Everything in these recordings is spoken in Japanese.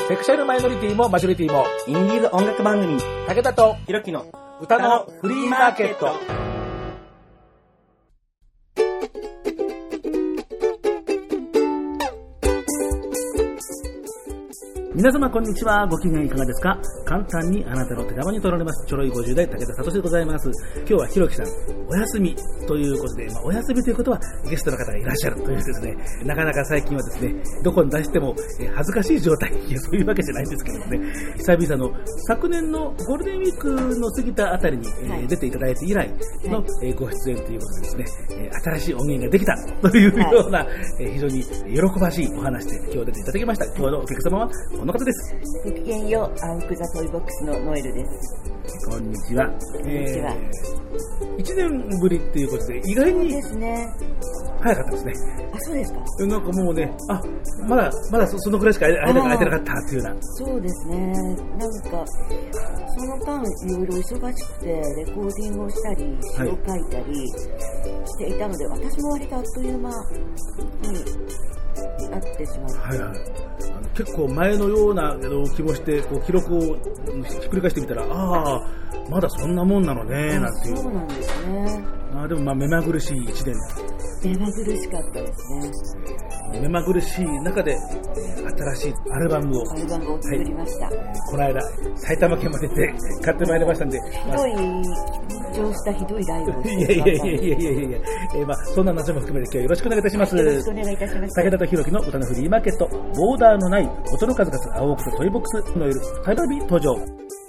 セクシャルマイノリティもマジョリティもインディーズ音楽番組武田とひろきの歌のフリーマーケット。皆様こんにちは。ご機嫌いかがですか？簡単にあなたの手玉に取られますちょろい50代武田聡でございます。今日はひろきさんお休みということで、お休みということはゲストの方がいらっしゃるというですね、なかなか最近はですね、どこに出しても恥ずかしい状態、いやそういうわけじゃないんですけどもね、久々の昨年のゴールデンウィークの過ぎたあたりに、出ていただいて以来の、ご出演ということでですね、新しい音源ができたというような、非常に喜ばしいお話で今日出ていただきました。今日のお客様はこの方です。 ごきげんよう、アウクザトイボックスのノエルです。 こんにちは。 こんにちは。 1年ぶりっていうことで意外にですね。 早かったですね。 あ、そうですか。 なんかもうね、まだそのくらいしか間が空いてなかったっていうような。 そうですね。なんかその間いろいろ忙しくてレコーディングをしたり詩を書いたりしていたので、私も割とあっという間になってしまって。 はいはい。結構前のような気もしてこう記録をひっくり返してみたら、まだそんなもんなのねなんていう。 そうなんですね。 でも目まぐるしい1年。 目まぐるしかったですね。 目まぐるしい中で新しいアルバムを作りました。 この間埼玉県まで行って買ってまいりましたんで、 緊張したひどいライブをしていや、そんな話も含めて今日よろしくお願いいたします。 よろしくお願いいたします。 武田とひろきの歌のフリーマーケット、ボーダーのない音の数々、青奥とトイボックスのいる再び登場。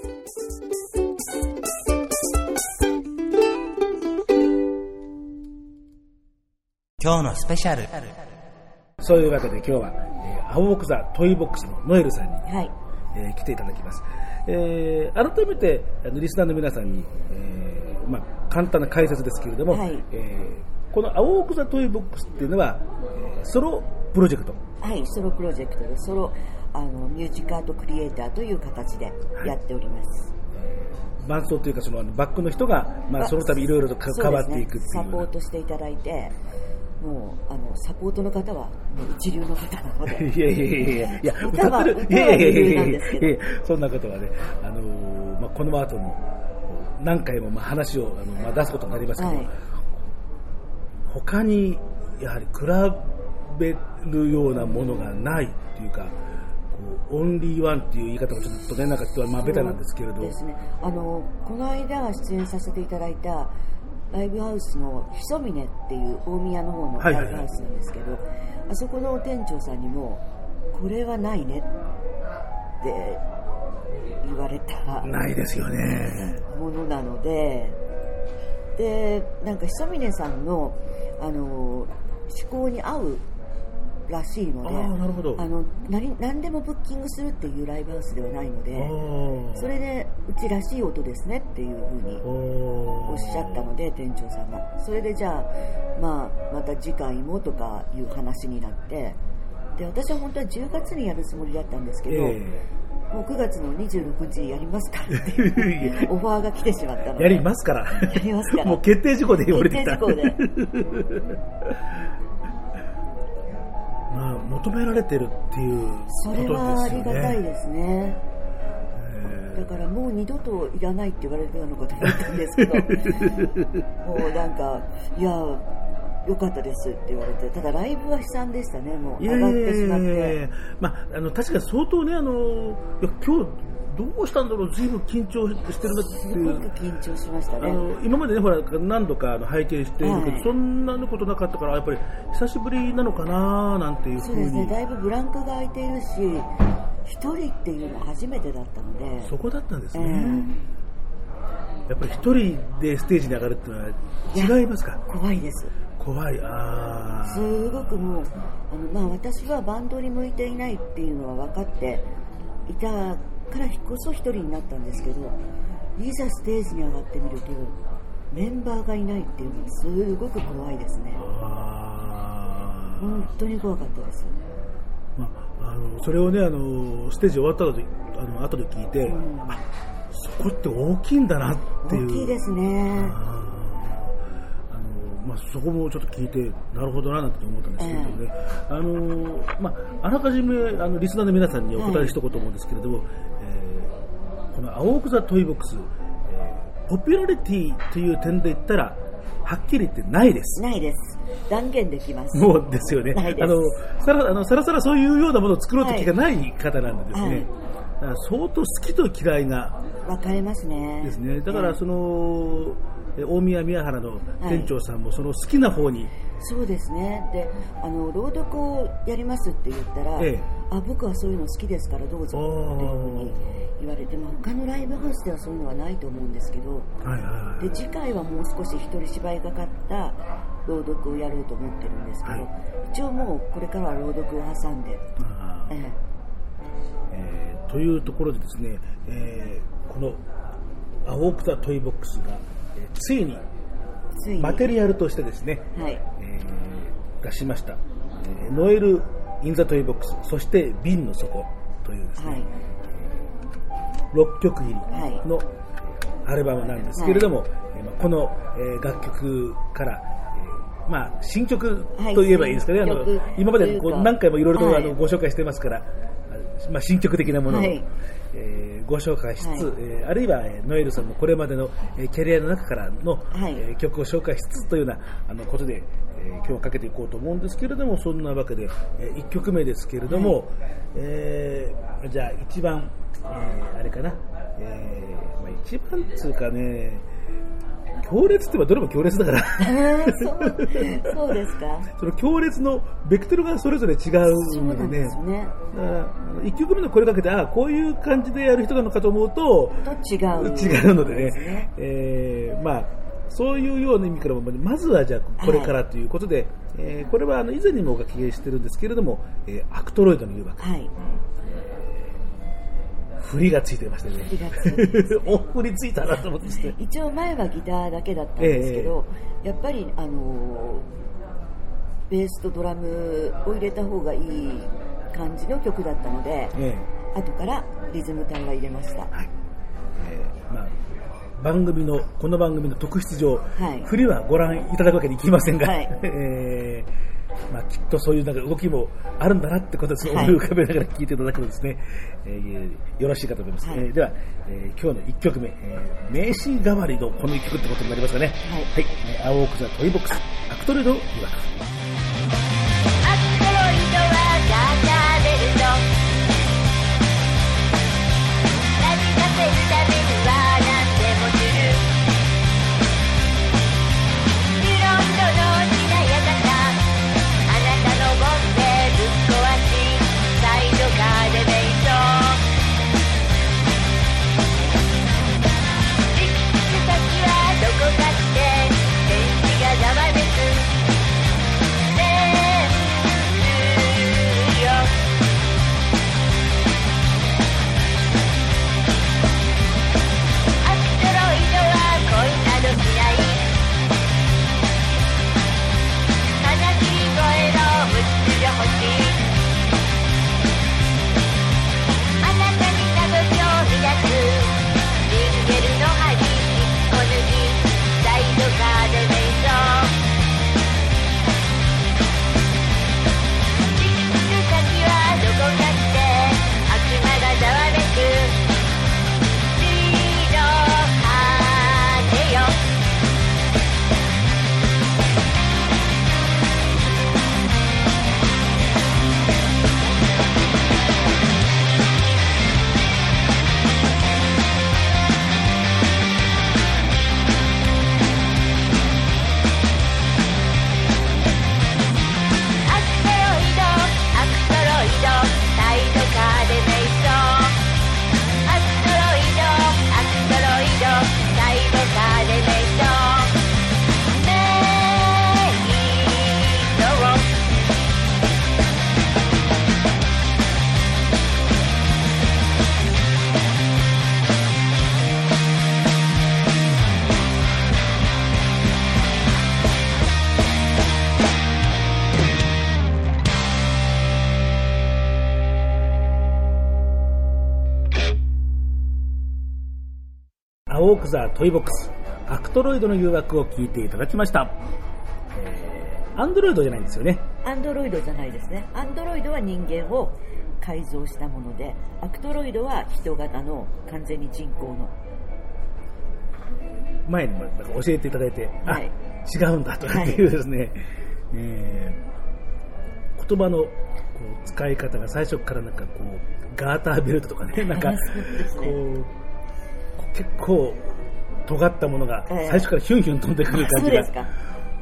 今日のスペシャル。 そういうわけで今日は、青奥座トイボックスのノエルさんに、来ていただきます。改めてリスナーの皆さんに、簡単な解説ですけれども、この青奥座トイボックスっていうのは、ソロプロジェクト。 はい、ソロプロジェクトでソロミュージックアートクリエイターという形でやっております。 伴奏というかそのバックの人が、その度いろいろと変わっていくっていう、 サポートしていただいて、もうサポートの方はもう一流の方なのでいや歌は一流なんですけど、 そんなことはね、この後も何回も話を出すことになりますけど、他にやはり比べるようなものがないっていうか、オンリーワンっていう言い方もちょっとね、なんかベタなんですけれどですね、この間出演させていただいたライブハウスのひそみねっていう大宮の方のライブハウスなんですけど、あそこの店長さんにもこれはないねって言われたないですよねものなので、なんかひそみねさんの思考に合うらしいので、 なるほど。 何でもブッキングするっていうライブハウスではないので、それでうちらしい音ですねっていうふうにおっしゃったので、店長さんがそれでじゃあ、また次回もとかいう話になって、で私は本当は10月にやるつもりだったんですけど、もう9月の26日にやりますからっていうオファーが来てしまったので、 やりますからもう決定事項で言われてた。 決定事項で求められてるっていうことですよね。 それはありがたいですね。だからもう二度といらないって言われたのかと思ったんですけどもうなんか、いや良かったですって言われて、ただライブは悲惨でしたね。もう上がってしまって、 確かに相当ね、今日どうしたんだろう、随分緊張してるなっていう。 すごく緊張しましたね。 今までね、ほら何度か拝見しているけど、そんなことなかったから、やっぱり久しぶりなのかななんていうふうに。 そうですね、だいぶブランクが空いているし、一人っていうのは初めてだったので。 そこだったんですね。やっぱり一人でステージに上がるっていうのは違いますか？ 怖いです。 怖い。 すごくもう私はバンドに向いていないっていうのは分かっていたからこそ一人になったんですけど、いざステージに上がってみるとメンバーがいないっていうのはすごく怖いですね。本当に怖かったです。 それをね、ステージ終わった後で聞いて、そこって大きいんだなっていう。 大きいですね。 そこもちょっと聞いてなるほどななんて思ったんですけれどもね、あらかじめリスナーの皆さんにお答えしておこうと思うんですけれども、この青奥座トイボックス、ポピュラリティという点で言ったらはっきり言ってないです。 ないです。断言できます。 もうですよね。さらさらそういうようなものを作ろうと気がない方なんでですね、だから相当好きと嫌いが分かれますね。 ですね。だから大宮宮原の店長さんもその好きな方に、 そうですね。で、朗読をやりますって言ったら、僕はそういうの好きですからどうぞっていうふうに言われて、他のライブハウスではそういうのはないと思うんですけど、で次回はもう少し一人芝居がかった朗読をやろうと思ってるんですけど、一応もうこれからは朗読を挟んで、 というところでですね、この青奥座トイボックスが、ついにマテリアルとしてですね、出しました、ノエル・イン・ザ・トイボックス、そして瓶の底というですね、6曲入りのアルバムなんですけれども、この、楽曲から、新曲といえばいいですかね、今まで何回もいろいろとご紹介してますから、新曲的なものを、ご紹介しつつ、あるいはノエルさんのこれまでのキャリアの中からの、曲を紹介しつつというようなことで、今日はかけていこうと思うんですけれども、そんなわけで、1曲目ですけれども、じゃあ一番、あれかな、一番つうかね、強烈って言えばどれも強烈だからそうですか。 その強烈のベクトルがそれぞれ違うのでね、1曲目のこれかけてこういう感じでやる人なのかと思うと違うのでね、そういうような意味からもまずはじゃあこれからということで、これは以前にもお書きしてるんですけれども、アクトロイドの誘惑、振りがついてましたね。振りついたなと思って、 一応前はギターだけだったんですけど、やっぱりベースとドラムを入れた方がいい感じの曲だったので、後からリズム隊は入れました。この番組の特質上、振りはご覧いただくわけにいきませんが、きっとそういう動きもあるんだなってことを思い浮かべながら聴いていただくとですね、よろしいかと思います。では、今日の1曲目、名詞代わりのこの1曲ってことになりますかね。青奥座トイボックス、アクトロイド誘惑。アクトロイドはダーベルト、何かせるためには何でもする、フロントのしなやかさ、あなたのボンでぶっ壊し、サイドカーで瞑想、行き着く先はどこかって天使がざわめく、青奥座トイボックス、アクトロイドの誘惑を聞いていただきました。 アンドロイドじゃないんですよね。 アンドロイドじゃないですね。アンドロイドは人間を改造したもので、アクトロイドは人型の完全に人工の。 前にもなんか教えていただいて、 はい、 違うんだとかっていうですね、言葉のこう使い方が最初からなんかこうガーターベルトとかね、なんかこう結構尖ったものが最初からヒュンヒュン飛んでくる感じが。 そうですか。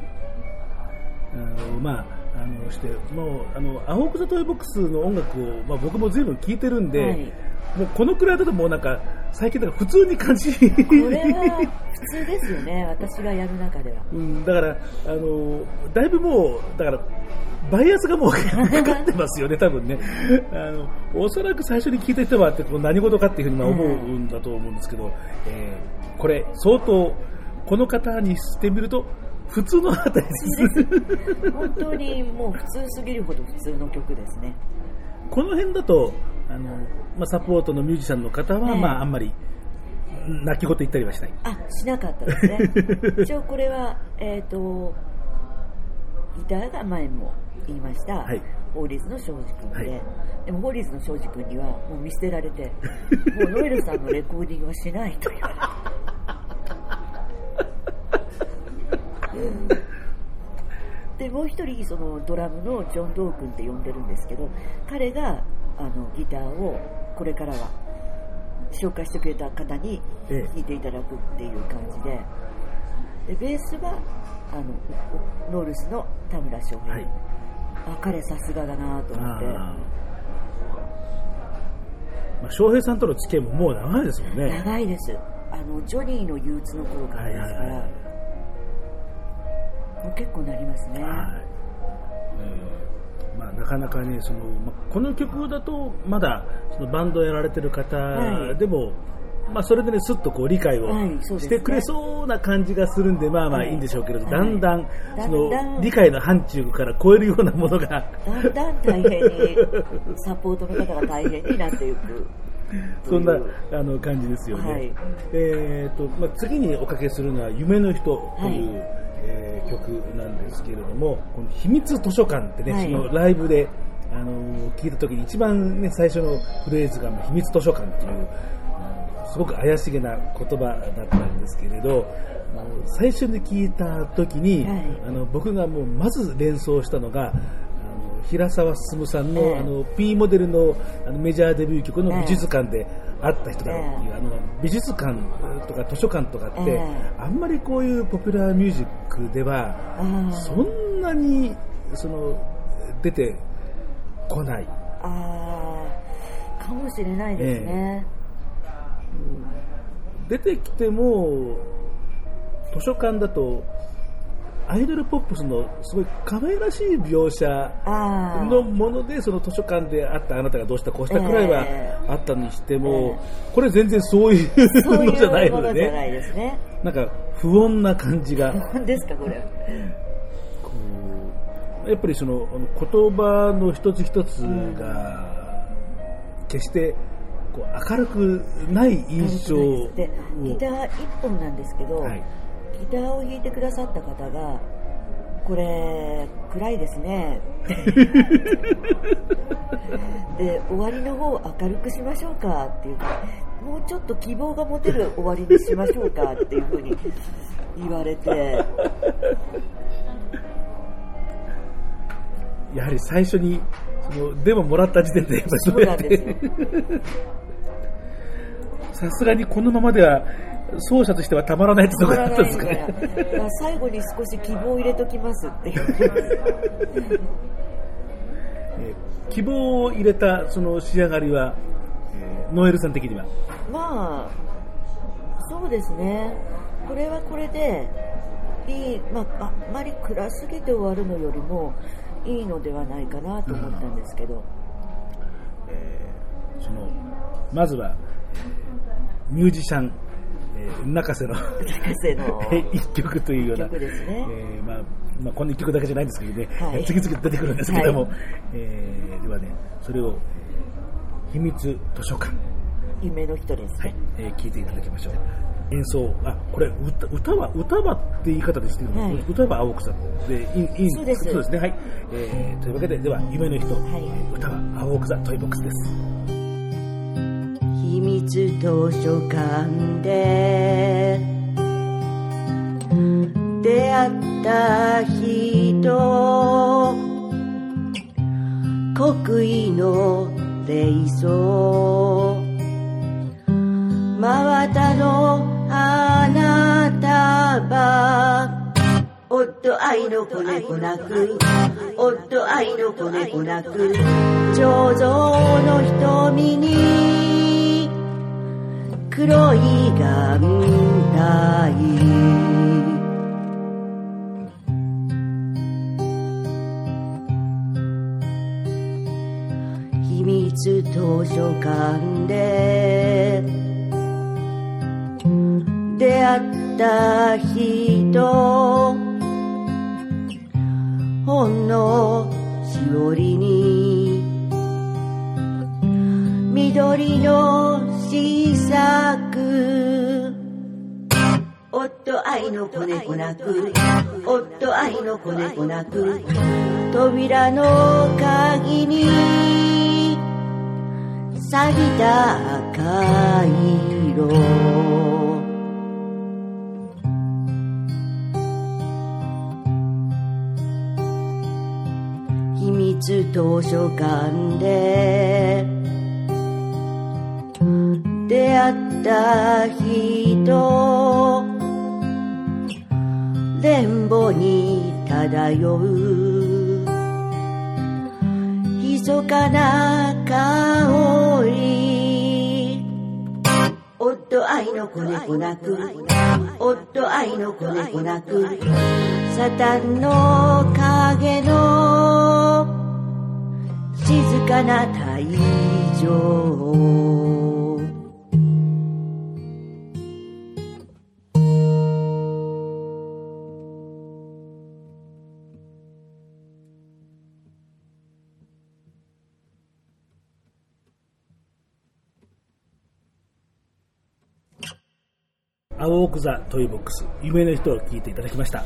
してもう青草トイボックスの音楽を、僕も随分聴いてるんで、はい、もうこのくらいだともうなんか最近だから普通に感じこれは普通ですよね、私がやる中では、 だからだいぶもうだからバイアスがもうかかってますよね多分ねおそらく最初に聞いた人はって何事かっていうふうに思うんだと思うんですけど、これ相当この方にしてみると普通のあたりです本当にもう普通すぎるほど普通の曲ですね。 この辺だとサポートのミュージシャンの方は、あんまり泣き言言ったりはしない。 しなかったですね一応これは、ギターが前も言いました、はい、ホーリーズの庄司君で、はい、でもホーリーズの庄司君にはもう見捨てられてもうノエルさんのレコーディングはしないと言われてでもう一人そのドラムのジョン・ドー君って呼んでるんですけど、彼がギターをこれからは紹介してくれた方に弾いていただくっていう感じで、ベースはノールスの田村翔平、はい、彼さすがだなと思って。 翔平さんとの付き合いももう長いですもんね。 長いです。ジョニーの憂鬱の頃からですから、もう結構なりますね。 なかなかねこの曲だとまだそのバンドやられてる方でも、それでねスッとこう理解をしてくれそうな感じがするんで、いいんでしょうけれど、だんだんその理解の範疇から超えるようなものがだんだん大変にサポートの方が大変になっていくそんな感じですよね。はい、次におかけするのは夢の人という、曲なんですけれども、この秘密図書館ってね、そのライブで聞いた時に一番ね最初のフレーズが秘密図書館というすごく怪しげな言葉だったんですけれど、最初に聞いた時に、僕がもうまず連想したのが平沢進さんの、P モデルの、メジャーデビュー曲の美術館で会った人だろうっていう、美術館とか図書館とかって、あんまりこういうポピュラーミュージックでは、そんなに出てこない。 かもしれないですね。 出てきても図書館だとアイドルポップスのすごい可愛らしい描写のもので、その図書館であったあなたがどうしたこうしたくらいはあったにしても、これ全然そういうのじゃないのでね、なんか不穏な感じが。 不穏ですかこれ。 やっぱりその言葉の一つ一つが決してこう明るくない印象で、ギター一本なんですけど、ギターを弾いてくださった方がこれ暗いですねで終わりの方明るくしましょうかっていうか、もうちょっと希望が持てる終わりにしましょうかっていうふうに言われてやはり最初にそのデモもらった時点でやっぱりそうやってさすがにこのままでは奏者としてはたまらないってところだったんですかね。 最後に少し希望を入れときますっていう希望を入れたその仕上がりは、ノエルさん的にはそうですね、これはこれでいい、あんまり暗すぎて終わるのよりもいいのではないかなと思ったんですけど、 まずはミュージシャン中瀬の一曲というような、 ですね、 この一曲だけじゃないんですけどね、次々と出てくるんですけども、ではね、それを秘密図書館、 夢の人ですね、 聞いていただきましょう。 演奏、これ歌はって言い方ですけど、はい、歌は青草でいいそうです。 そうですね。はい。というわけで、では夢の人、はい、歌は青草トイボックスです。 秘密図書館で出会った人、刻印の霊装、真綿の花束、夫愛の子猫なく、夫愛の子猫なく、彫像の瞳に黒い眼帯、秘密図書館で出会った人、本のしおりに緑の試作、夫愛の子猫なく、夫愛の子猫なく、扉の鍵に錆びた赤色、秘密図書館で出会った人、連母に漂う密かな香り、夫愛の子猫なく、夫愛の子猫なく、サタンの影の静かな退場、 青草トイボックス夢の人を聞いていただきました。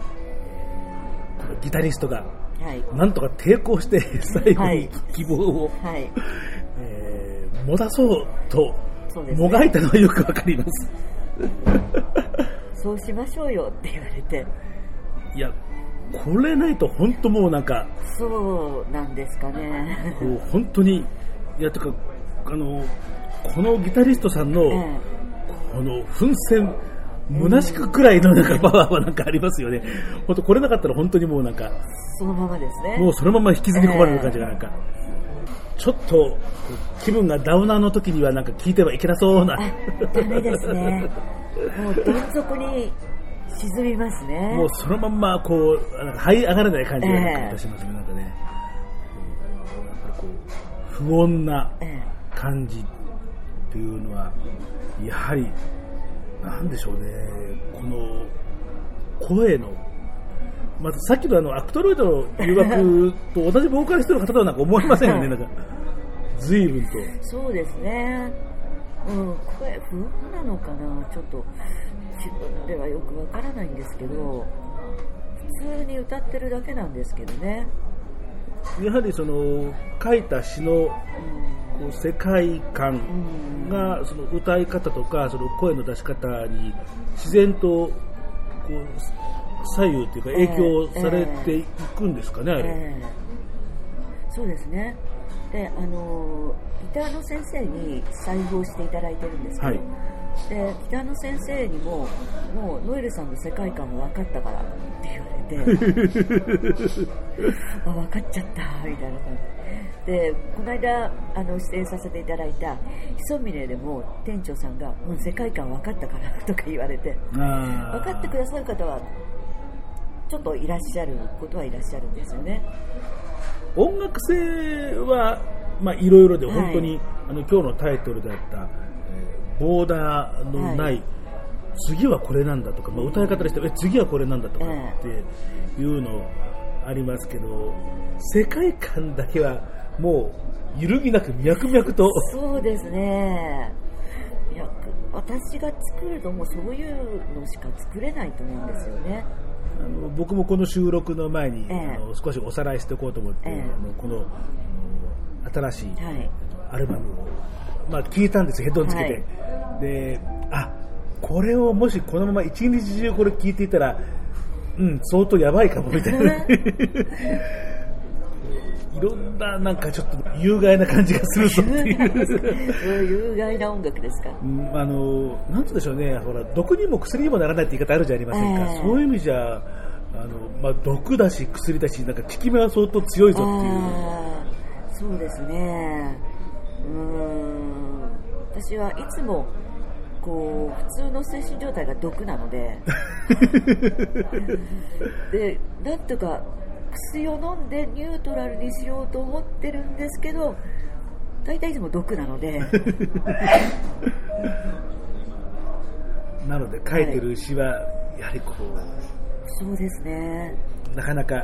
ギタリストがなんとか抵抗して最後に希望を、はい、持たそうともがいたのはよくわかります。 そうしましょうよって言われて、 いやこれないと本当もうなんかそうなんですかね。 こう本当にいやとかこのギタリストさんの、この奮戦虚しくくらいのなんかパワーはなんかありますよね。本当これなかったら本当にもうなんかそのままですね。 もうそのまま引きずり込まれる感じがなんか、ちょっと気分がダウナーの時にはなんか聞いてはいけなそうな。 ダメですね。もうどん底に沈みますね。 もうそのまんまこうなんか這い上がらない感じがなんかしますね。なんかね、やっぱりこう不穏な感じっていうのはやはりなんでしょうね。この声のまずさっきのアクトロイドの留学と同じボーカリストの方とはなんか思いませんよね。なんか随分とそうですね。声不安なのかな、ちょっと自分ではよくわからないんですけど、普通に歌ってるだけなんですけどね。 やはりその書いた詩のこう世界観がその歌い方とかその声の出し方に自然とこう左右というか影響されていくんですかね、あれ。 そうですね。でギターの先生に採用していただいてるんですけど、はい、でギターの先生にもうノエルさんの世界観も分かったからって言われてあ分かっちゃったみたいな感じで、この間出演させていただいたヒソミネでも店長さんがもう世界観分かったからとか言われて、分かってくださる方はちょっといらっしゃることはいらっしゃるんですよね。 音楽性はまあいろいろで本当に、はい、今日のタイトルであった、ボーダーのない、はい、次はこれなんだとか、まあ、歌い方として次はこれなんだとかっていうのありますけど、世界観だけはもう揺るぎなく脈々とそうですね。 私が作るのもそういうのしか作れないと思うんですよね。 僕もこの収録の前に、少しおさらいしておこうと思って、この新しいアルバムを、聞いたんですよ、ヘッドホンつけて、で、これをもしこのまま一日中これ聞いていたら、相当やばいかもみたいな。いろんななんかちょっと有害な感じがするぞっていう有害な音楽ですか。 なんとでしょうね、ほら毒にも薬にもならないって言い方あるじゃありませんか。そういう意味じゃ毒だし薬だし、なんか効き目は相当強いぞっていう。 そうですね。私はいつもこう普通の精神状態が毒なのでで、なんとか薬を飲んでニュートラルにしようと思ってるんですけど、大体いつも毒なのでなので書いてる詩はやはりこう、 そうですね、 なかなか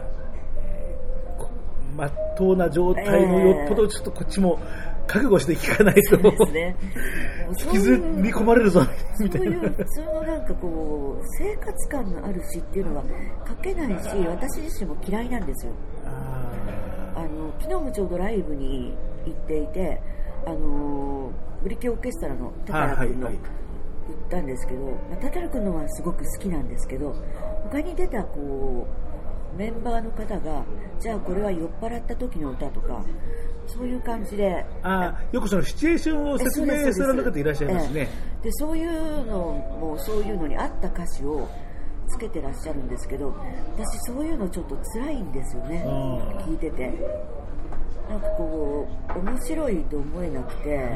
まっとうな状態のよっぽどちょっとこっちも覚悟して聞かないと、 そうですね、 引きずり込まれるぞみたいな。 そういう普通のなんかこう生活感のある詩っていうのは書けないし、私自身も嫌いなんですよ。昨日もちょうどライブに行っていて、ブリキオーケストラのタタラ君の行ったんですけど、タタラ君のはすごく好きなんですけど、他に出たこうメンバーの方が、じゃあこれは酔っ払った時の歌とか、そういう感じで、 よくそのシチュエーションを説明する方いらっしゃいますね。 でそういうのもそういうのに合った歌詞をつけてらっしゃるんですけど、私そういうのちょっと辛いんですよね、聞いてて。なんかこう面白いと思えなくて、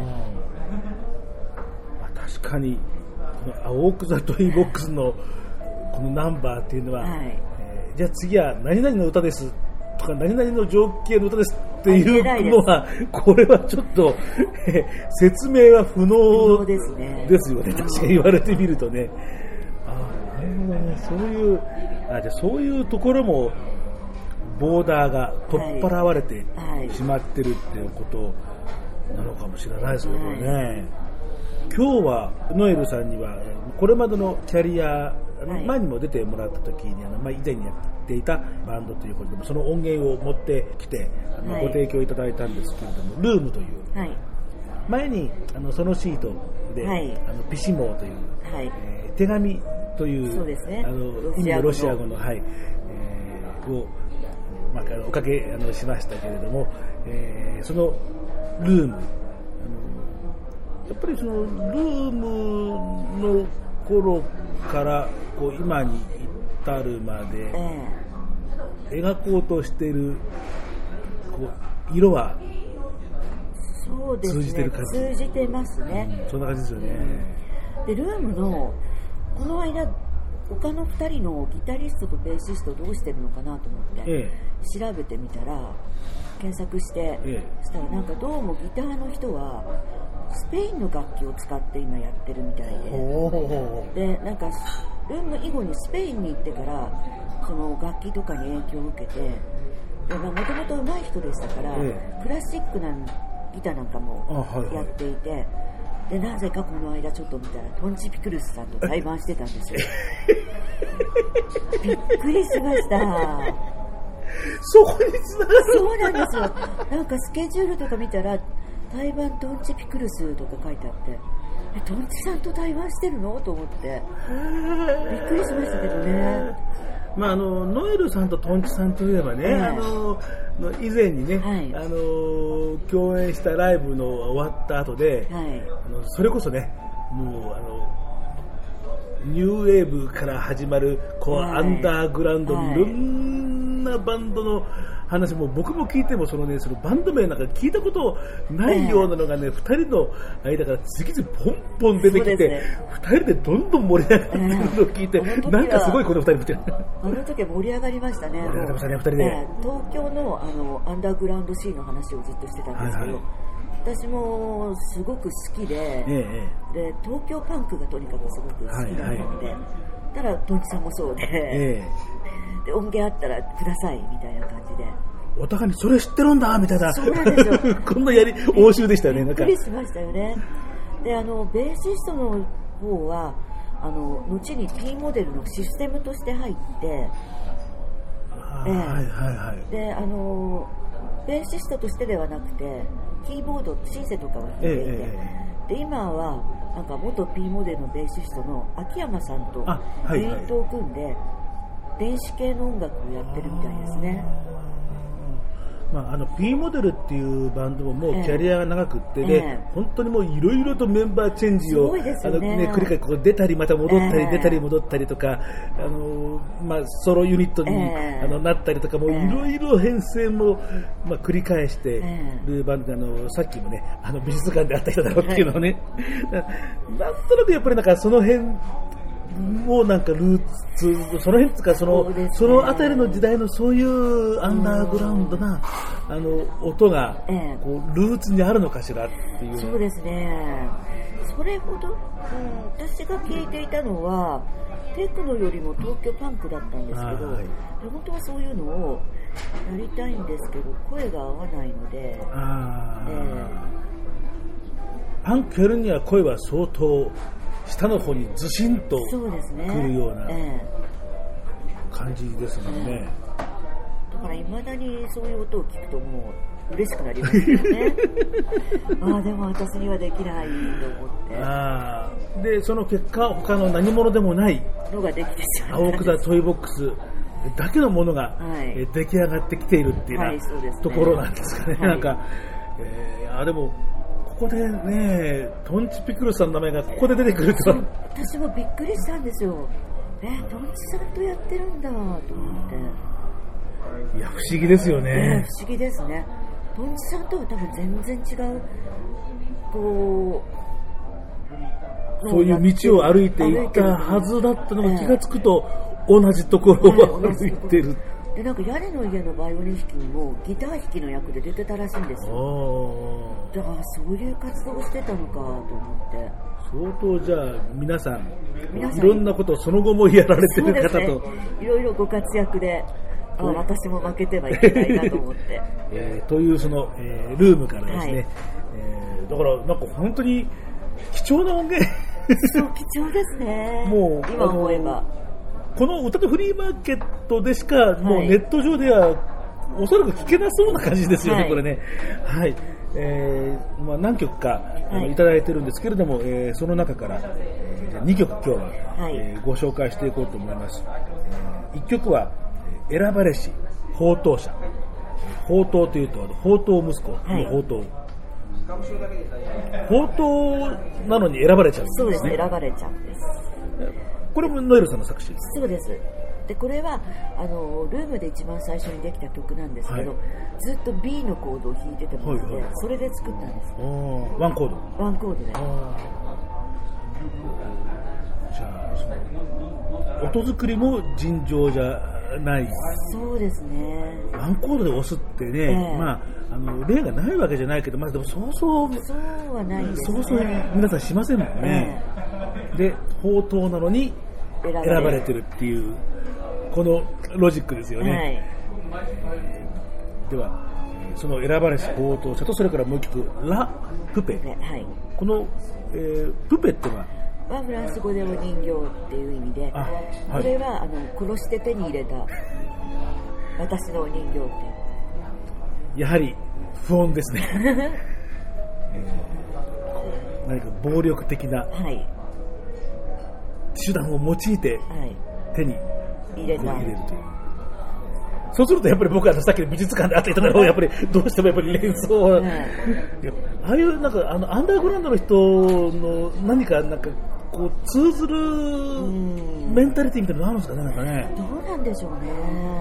確かにこの青奥座トイボックスのこのナンバーっていうのは、じゃあ次は何々の歌ですとか何々の情景の歌ですっていうのは、これはちょっと説明は不能ですよね。確かに言われてみるとね。なるほどね。じゃあそういうところもボーダーが取っ払われてしまってるっていうことなのかもしれないですよね。今日はノエルさんにはこれまでのキャリア、前にも出てもらった時に以前にやっていたバンドということで、その音源を持ってきてご提供いただいたんですけれども、ルームという、前にそのシートで、ピシモーという、手紙という、意味のロシア語の、をおかけしましたけれども、そのルーム、やっぱりそのルームの頃からこう今に至るまで描こうとしているこう色は通じてる感じ。 通じてますね。 そんな感じですよね。 でルームのこの間他の2人のギタリストとベーシストどうしてるのかなと思って調べてみたら、検索して、そしたらなんかどうもギターの人はスペインの楽器を使って今やってるみたいで、なんかルーム以後にスペインに行ってからその楽器とかに影響を受けて、もともと上手い人でしたから、クラシックなギターなんかもやっていて、でなぜかこの間ちょっと見たらトンチピクルスさんと対バンしてたんですよ。びっくりしました。 そこに繋がる。 そうなんですよ。なんかスケジュールとか見たら対バントンチピクルスとか書いてあって、トンチさんと対バンしてるのと思ってびっくりしましたけどね。 ノエルさんとトンチさんといえばね、以前にね、共演したライブの終わった後で、それこそね、もうニューウェーブから始まるこう、アンダーグラウンドのいろんなバンドの話も僕も聞いてもそのバンド名なんか聞いたことないようなのがね、2人の間から次々ポンポン出てきて、2人でどんどん盛り上がってるのを聞いて、なんかすごいこの2人みたいな。 あの時は盛り上がりましたね。 盛り上がりましたね、2人で。 東京のアンダーグラウンドシーンの話をずっとしてたんですけど、私もすごく好きで、で東京パンクがとにかくすごく好きなので、ただトンチさんもそうで、で音源あったらくださいみたいな感じで、 お互いにそれ知ってるんだみたいな、 そうなんですよ。 こんな応酬でしたよね。 びっくりしましたよね。 でベーシストの方は後に P モデルのシステムとして入って、 はいはいはい。 でベーシストとしてではなくてキーボードシンセとかを弾いていて、で今はなんか元 P モデルのベーシストの秋山さんとユニットを組んで電子系の音楽をやってるみたいですね。 P モデルっていうバンドももうキャリアが長くってね、本当にもういろいろとメンバーチェンジを、繰り返しこう出たりまた戻ったり、出たり戻ったりとか、ソロユニットに、なったりとか、もういろいろ編成も、繰り返してるバンドで、さっきもね美術館で会った人だろうっていうのをね、なんとなくやっぱりなんかその辺もうなんかルーツ、その辺とかそのあたりの時代のそういうアンダーグラウンドな音がこうルーツにあるのかしらっていう。 そうですね。それほど、私が聞いていたのはテクノよりも東京パンクだったんですけど、本当はそういうのをやりたいんですけど声が合わないので、 パンクやるには声は相当下の方にずしんとくるような感じですもんね。 だから未だにそういう音を聞くともう嬉しくなりますよね。でも私にはできないと思って。 でその結果他の何者でもないのができてしまう。 青草トイボックスだけのものが、出来上がってきているっていうようなところなんですかね。なんか、でもここでね、トンチピクルさんの名前がここで出てくると私もびっくりしたんですよ。トンチさんとやってるんだと思って。 いや不思議ですよね。 不思議ですね。トンチさんとは多分全然違うそういう道を歩いていったはずだったのが気がつくと同じところを歩いてる。 でなんか屋根の家のバイオリン弾きにもギター弾きの役で出てたらしいんですよ。だからそういう活動をしてたのかと思って。 相当じゃあ皆さんいろんなことをその後もやられてる方と、 いろいろご活躍で、私も負けてはいけないなと思って、 というその、ルームからですね、だからなんか本当に貴重な音源そう貴重ですね。 もう今思えばこの歌とフリーマーケットでしかもうネット上ではおそらく聴けなそうな感じですよね、これね。はい。何曲かいただいてるんですけれども、その中から2曲今日は、ご紹介していこうと思います。1曲は選ばれし宝刀者。宝刀というと宝刀息子の宝刀、宝刀なのに選ばれちゃうんですね。 そうです、選ばれちゃうんです。 これもノエルさんの作詞です。 そうです。でこれはルームで一番最初にできた曲なんですけど、ずっと B のコードを弾いててもらって、それで作ったんです。 ワンコード。 ワンコードで。 じゃあ音作りも尋常じゃない。 そうですね。 ワンコードで押すってね、例がないわけじゃないけど、でもそうはないですね。 そう皆さんしませんもんね。で宝刀なのに選ばれてるっていうこのロジックですよね。ではその選ばれし宝刀者と、それからもう一曲ラ・プペ、この、プペってのはフランス語でお人形っていう意味で、これは殺して手に入れた私のお人形っていう。 やはり不穏ですね。何か暴力的な手段を用いて手に入れるという。そうするとやっぱり僕はさっきの美術館で会った人の方がやっぱりどうしてもやっぱり連想は、ああいうなんかアンダーグラウンドの人の何かこう通ずるメンタリティみたいなのあるんですかね。なんかね。 どうなんでしょうね。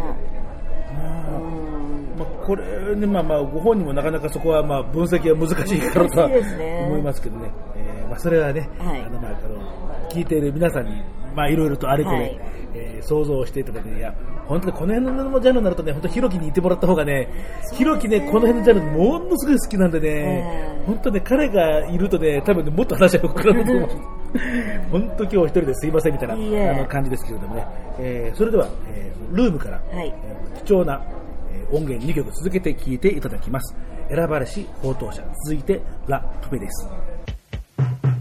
これね、ご本人もなかなかそこは分析は難しいからとは思いますけどね。それはね、聞いている皆さんにいろいろとあれこれ、想像していただけで、いや本当にこの辺のジャンルになるとね、本当ひろきにいてもらった方がね、ひろきねこの辺のジャンルものすごい好きなんでね、本当ね彼がいるとね多分ねもっと話が膨らむと思う。本当今日一人ですいませんみたいな感じですけれどもね。それでは、ルームから、貴重な音源2曲続けて聴いていただきます。選ばれし宝刀者、続いてラ・プペです。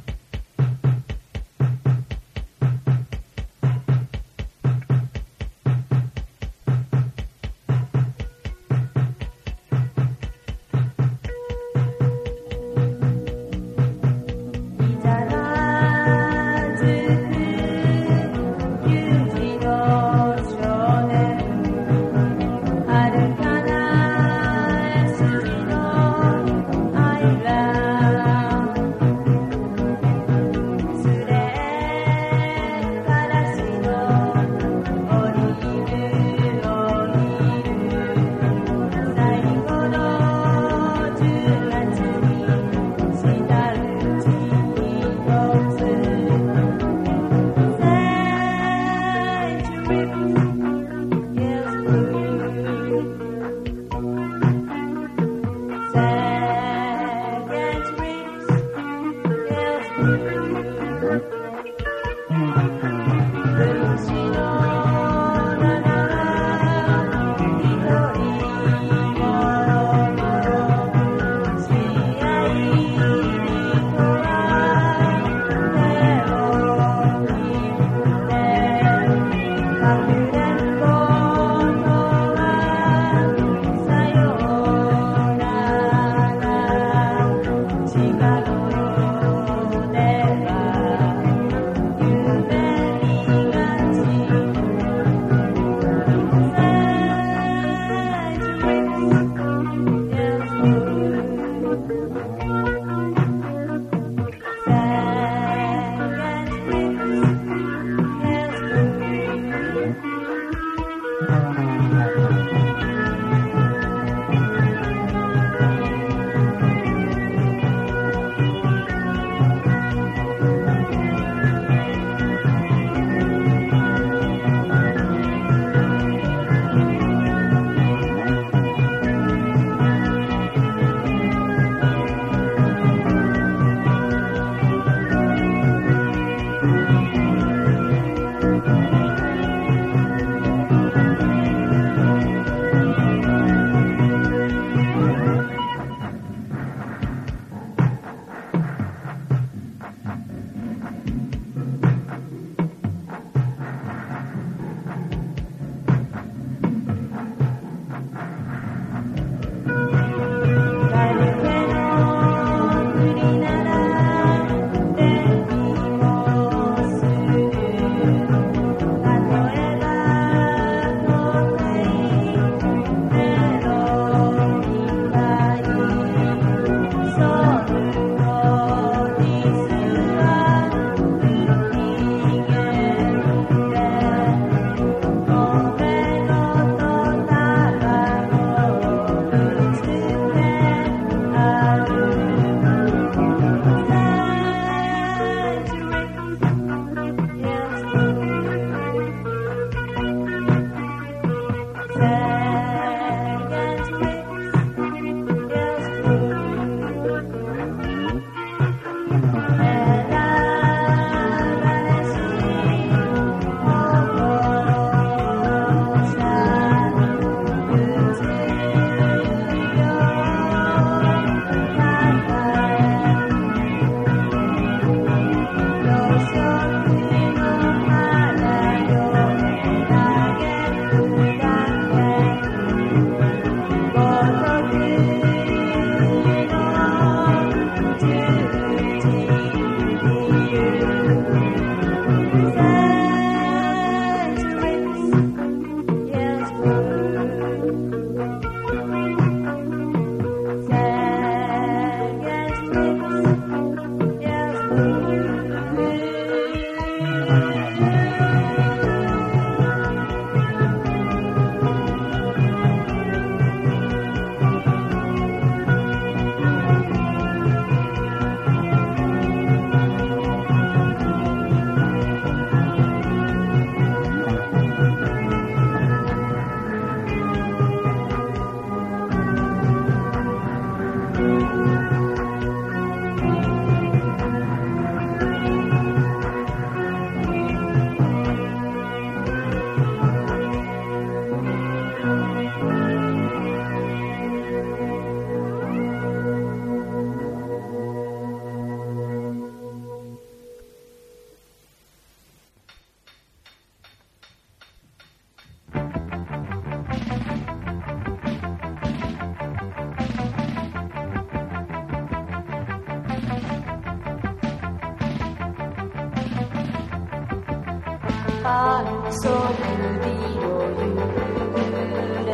半そ指を揺れ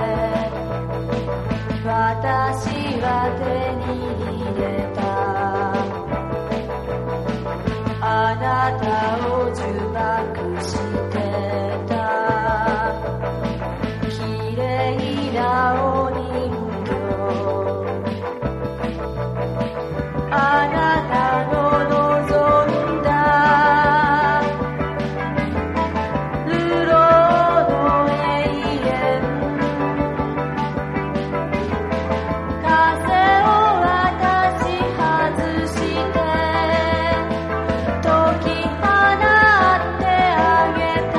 私は手に入れたあなたを呪縛してた綺麗なお人形あなたの望んだ流浪の永遠風を私外して解き放ってあげた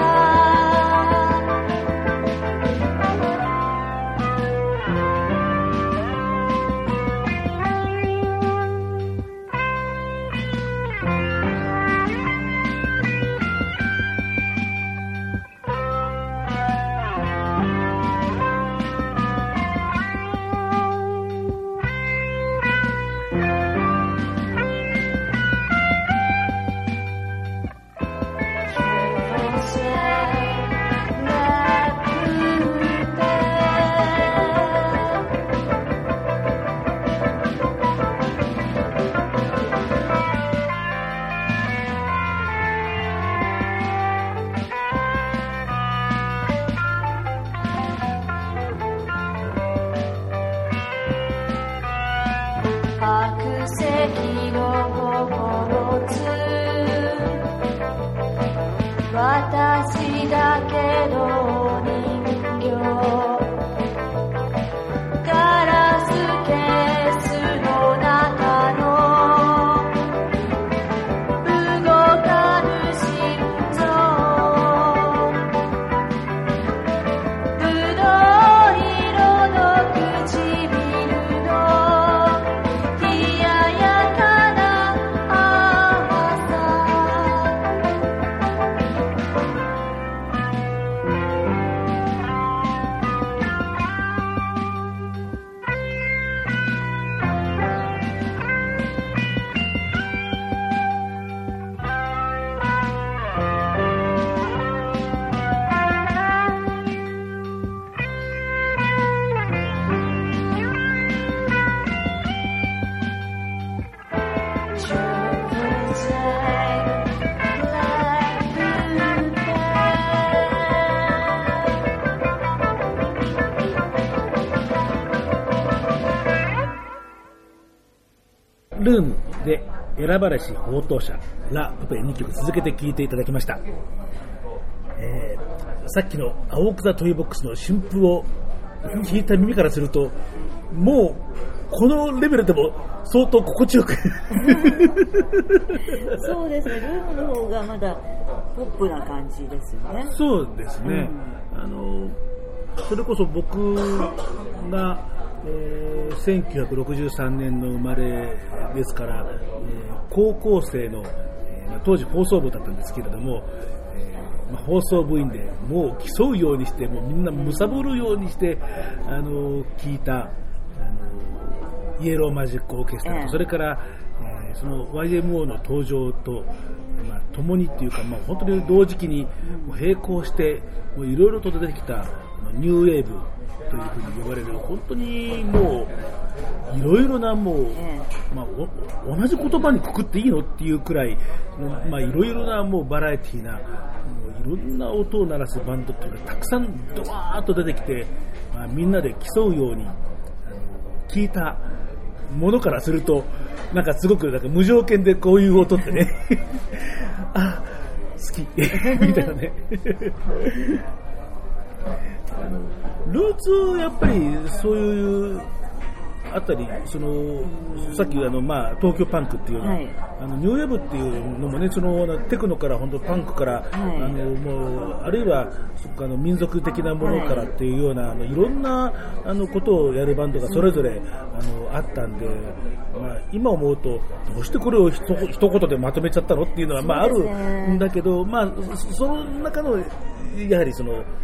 白石の宝物私だけの人形ガラスケースの中の動かぬ心臓ぶどう色の唇の冷ややかな甘さルームで選ばれし放蕩者ラ・プペ2曲続けて聴いていただきました。さっきの青草トイボックスの春風を聞いた耳からするともうこのレベルでも相当心地よくそうですね、ルームの方がまだポップな感じですよね。 そうですね、それこそ僕が、1963年の生まれですから、高校生の、当時放送部だったんですけれども、放送部員でもう競うようにしてもうみんな貪るようにして聞いたイエローマジックオーケストラと、それから、その YMO の登場と、共にっていうか、本当に同時期に並行していろいろと出てきたニューウェーブというふうに呼ばれる本当にもういろいろなもう、同じ言葉にくくっていいのっていうくらいいろいろなもうバラエティーなもういろんな音を鳴らすバンドっていうのがたくさんドワーッと出てきて、みんなで競うように聞いたものからするとなんかすごくなんか無条件でこういう音ってねあ好きみたいなねルーツやっぱりそういうあったり、そのさっき東京パンクっていうの、ニューウェーブっていうのもね、そのテクノから本当パンクから、もうあるいは民族的なものからっていうような、いろんなことをやるバンドがそれぞれあったんで、今思うとどうしてこれを一言でまとめちゃったのっていうのはあるんだけど、その中のやはりその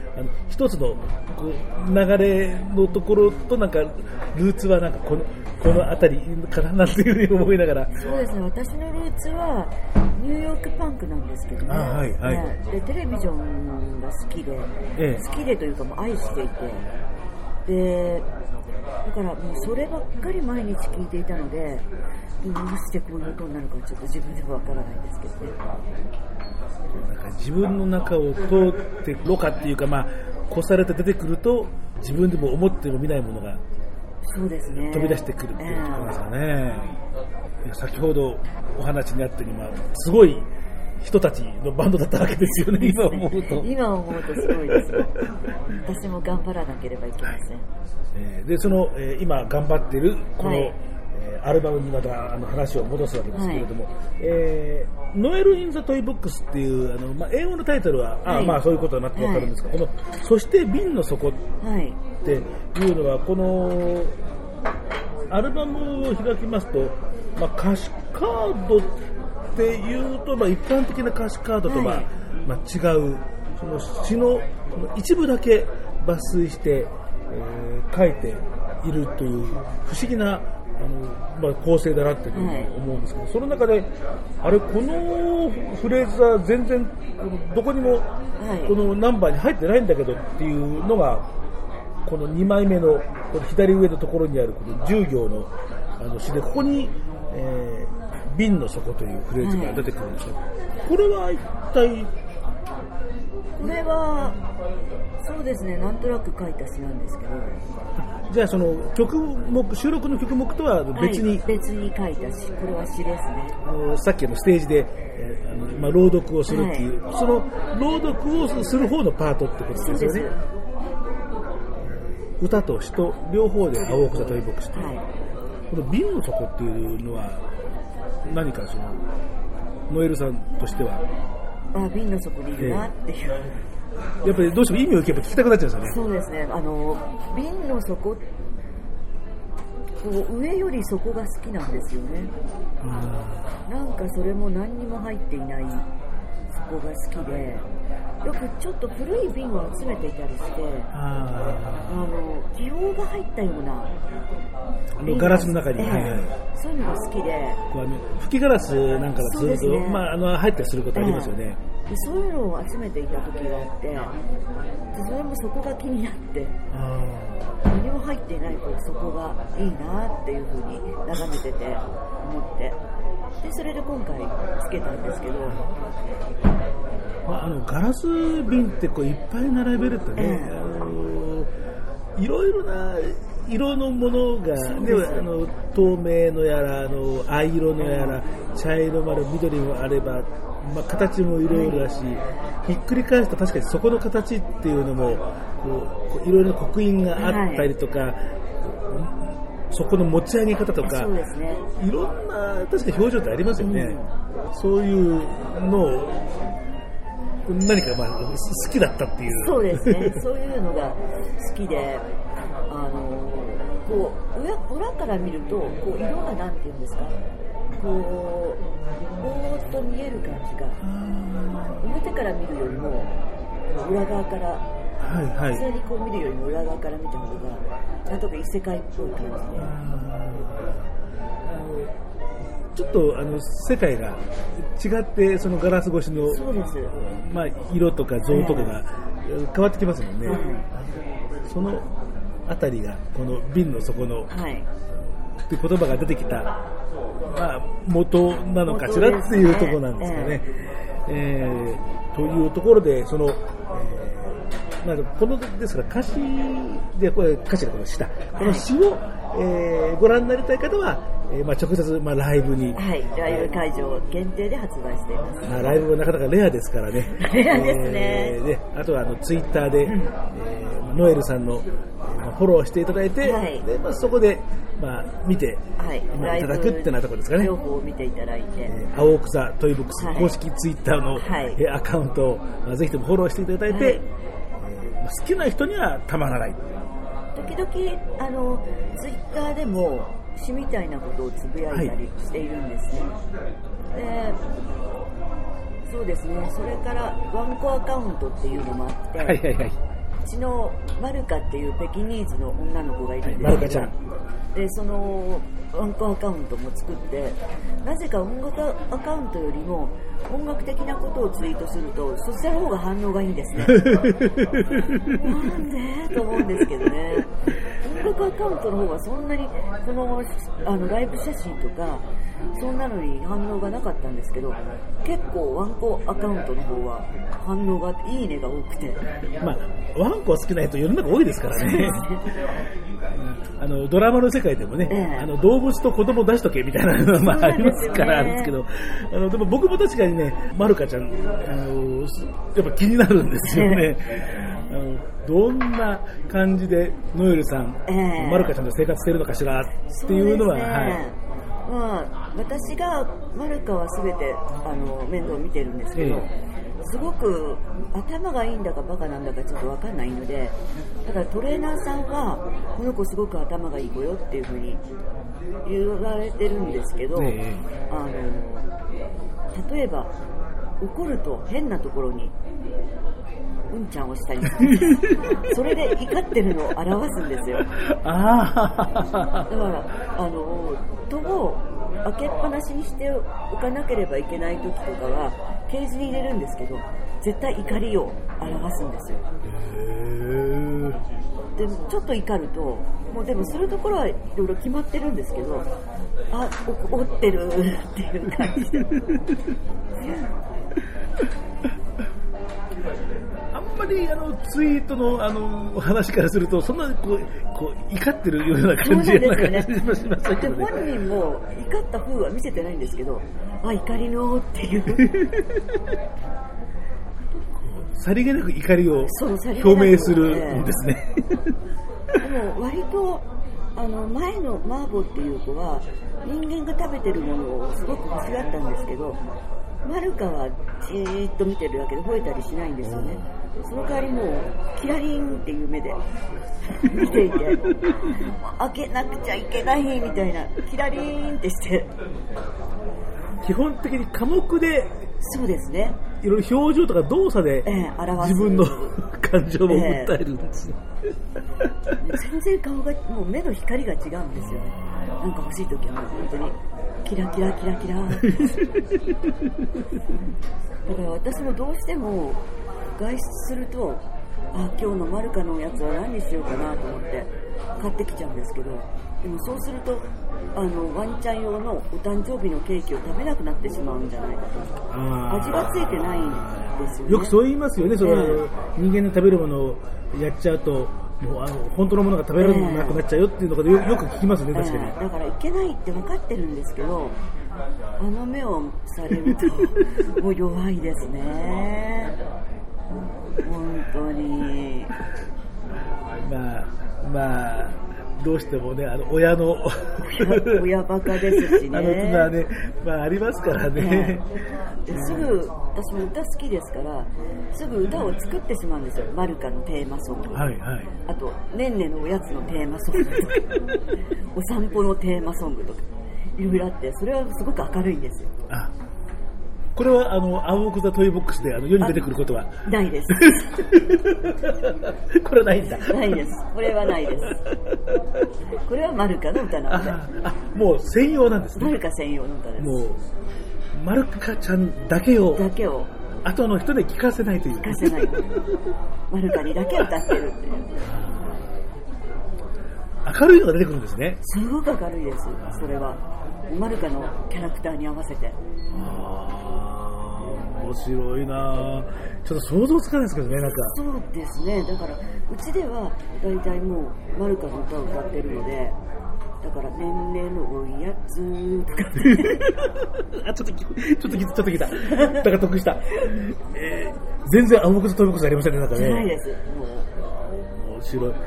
一つのこう流れのところとなんかルーツはなんかこの辺りかななんていうふうに思いながら。 そうですね、私のルーツはニューヨークパンクなんですけどね。 はいはい。 でテレビジョンが好きで、好きでというかもう愛していて、でだからもうそればっかり毎日聞いていたので、どうしてこういう音になるかちょっと自分でもわからないんですけどね。 なんか自分の中を通ってろ過っていうか、こされて出てくると自分でも思っても見ないものがそうですね、 飛び出してくるっていうところですかね。先ほどお話にあったように、すごい人たちのバンドだったわけですよね、今思うと。 今思うとすごいですね。私も頑張らなければいけません。 で、その、今頑張ってるこの、アルバムにまた話を戻すわけですけれども、ノエル・イン・ザ・トイ・ボックスっていう英語のタイトルは、そういうことになってわかるんですが、このそして瓶の底っていうのは、このアルバムを開きますと、歌詞カードっていうと、一般的な歌詞カードとは、違うその詩の一部だけ抜粋して、書いているという不思議な構成だなって思うんですけど、その中でこのフレーズは全然どこにもこのナンバーに入ってないんだけどっていうのがこの2枚目のこの左上のところにあるこの10行の詩で、ここに、瓶の底というフレーズが出てくるんですけど、これは一体これはそうですね、なんとなく書いた詩なんですけど、 じゃあその収録の曲目とは別に、 別に書いた詩、これは詩ですね。 さっきのステージで、朗読をするっていう、その朗読をする方のパートってことですよね。歌と詩と両方で青草トイボックスという、この瓶の底っていうのは何かそのノエルさんとしては瓶の底にいるなっていう、 やっぱりどうしても意味を聞けば聞きたくなっちゃうんですよね。 そうですね、瓶の底、上より底が好きなんですよね。なんかそれも何にも入っていない底が好きで、よくちょっと古い瓶を集めていたりして、気泡が入ったようなガラスの中に、 そういうのが好きで、 吹きガラスなんかだとずっと、入ったりすることありますよね。 そういうのを集めていた時があって、それもそこが気になって、何も入っていないそこがいいなっていうふうに眺めてて思って、でそれで今回つけたんですけど、 ガラス瓶っていっぱい並べるとね、いろいろな色のものが、透明のやら藍色のやら茶色もある、緑もあれば、形もいろいろだし、ひっくり返すと確かにそこの形っていうのもいろいろな刻印があったりとか、そこの持ち上げ方とか、いろんな確かに表情ってありますよね。そういうのを何か好きだったっていう。 そうですね。そういうのが好きで、裏から見ると色がなんていうんですか、ぼーっと見える感じが、表から見るよりも裏側から、普通に見るよりも裏側から見た方がなんとか異世界っぽい感じで。 ちょっと世界が違って、そのガラス越しの色とか像とかが変わってきますもんね。そのあたりがこの瓶の底の、って言葉が出てきた、元なのかしらっていうところなんですかね。というところで、その、このですから歌詞で、これ歌詞でこの詩だ、この詩を、ご覧になりたい方は、直接、ライブに、 ライブ会場限定で発売しています。 ライブはなかなかレアですからね。 レアですね。 で、あとはツイッターで、ノエルさんのフォローしていただいて、でそこで、見て、いただくってなところですかね。 情報を見ていただいて、 青草トイボックス公式ツイッターの、アカウントを、ぜひともフォローしていただいて、好きな人にはたまらない。 時々ツイッターでも詩みたいなことをつぶやいたりしているんですね。で、そうですね。それからワンコアカウントっていうのもあって、 ちのマルカっていうペキニーズの女の子がいるんですけど、 マルカちゃんでそのワンコアカウントも作って、なぜか音楽アカウントよりも音楽的なことをツイートするとそちらの方が反応がいいんですねなんでと思うんですけどね。音楽アカウントの方がそんなにこのライブ写真とかそんなのに反応がなかったんですけど、結構ワンコアカウントの方は反応がいいねが多くて、 まあワンコは好きな人世の中多いですからねドラマの世界でもね、動物と子供出しとけみたいなのがありますからあるんですけど、でも僕も確かにね、まるかちゃんやっぱ気になるんですよねどんな感じでノエルさん、まるかちゃんと生活してるのかしらっていうのは、 まあ、私がマルカは全て面倒を見てるんですけど、すごく頭がいいんだかバカなんだかちょっと分かんないので、だからトレーナーさんはこの子すごく頭がいい子よっていうふうに言われてるんですけど、例えば怒ると変なところにうんちゃんをしたりそれで怒ってるのを表すんですよ。だから戸を開けっぱなしにしておかなければいけない時とかはケージに入れるんですけど、絶対怒りを表すんですよ。でちょっと怒るともうでもするところはいろいろ決まってるんですけど、怒ってるっていう感じであんまりツイートの話からするとそんなこう怒ってるような感じがしますけどね。 本人も怒った風は見せてないんですけど、怒りのっていうさりげなく怒りを表明するんですね。 でも割と前のマーボっていう子は人間が食べてるものをすごく欲しがったんですけど、マルカはじーっと見てるだけで吠えたりしないんですよね。その代わりもうキラリンっていう目で見ていて開けなくちゃいけないみたいな、キラリンってして基本的に科目で、 そうですね、 いろいろ表情とか動作で自分の感情を訴えるんですよ、 全然顔がもう目の光が違うんですよね。なんか欲しいときはもう本当にキラキラキラキラだから私もどうしても外出すると今日のマルカのやつは何にしようかなと思って買ってきちゃうんですけど、でもそうするとワンちゃん用のお誕生日のケーキを食べなくなってしまうんじゃないかと。味がついてないんですよね。 よくそう言いますよね。それ人間の食べるものをやっちゃうともう本当のものが食べられなくなっちゃうよっていうのがよく聞きますね。確かに、 だからいけないって分かってるんですけど、目をされるともう弱いですね本当に。 まあどうしてもね、親の親バカですしね。 ね、ありますからね。 すぐ私も歌好きですから、すぐ歌を作ってしまうんですよ。マルカのテーマソング、あとねんねのおやつのテーマソングとかお散歩のテーマソングとかいろいろあって、それはすごく明るいんですよ。 これは青奥座トイボックスで世に出てくることはないですこれはないんだ。 ないです。これはないです。これはマルカの歌なので。 もう専用なんですね。 マルカ専用の歌です。 もうマルカちゃんだけを後の人で聞かせないという。 聞かせない。マルカにだけ歌ってるっていう。 明るいのが出てくるんですね。 すごく明るいです。それはマルカのキャラクターに合わせて。 面白いな。ちょっと想像つかないですけどね、なんか。 そうですね。だからうちではだいたいもうマルカの歌を歌ってるので、だからねんねのおやつとかちょっと聞いた。だから得した。全然青くトイボックスありませんね、なんかね。 ないです。もう面白い。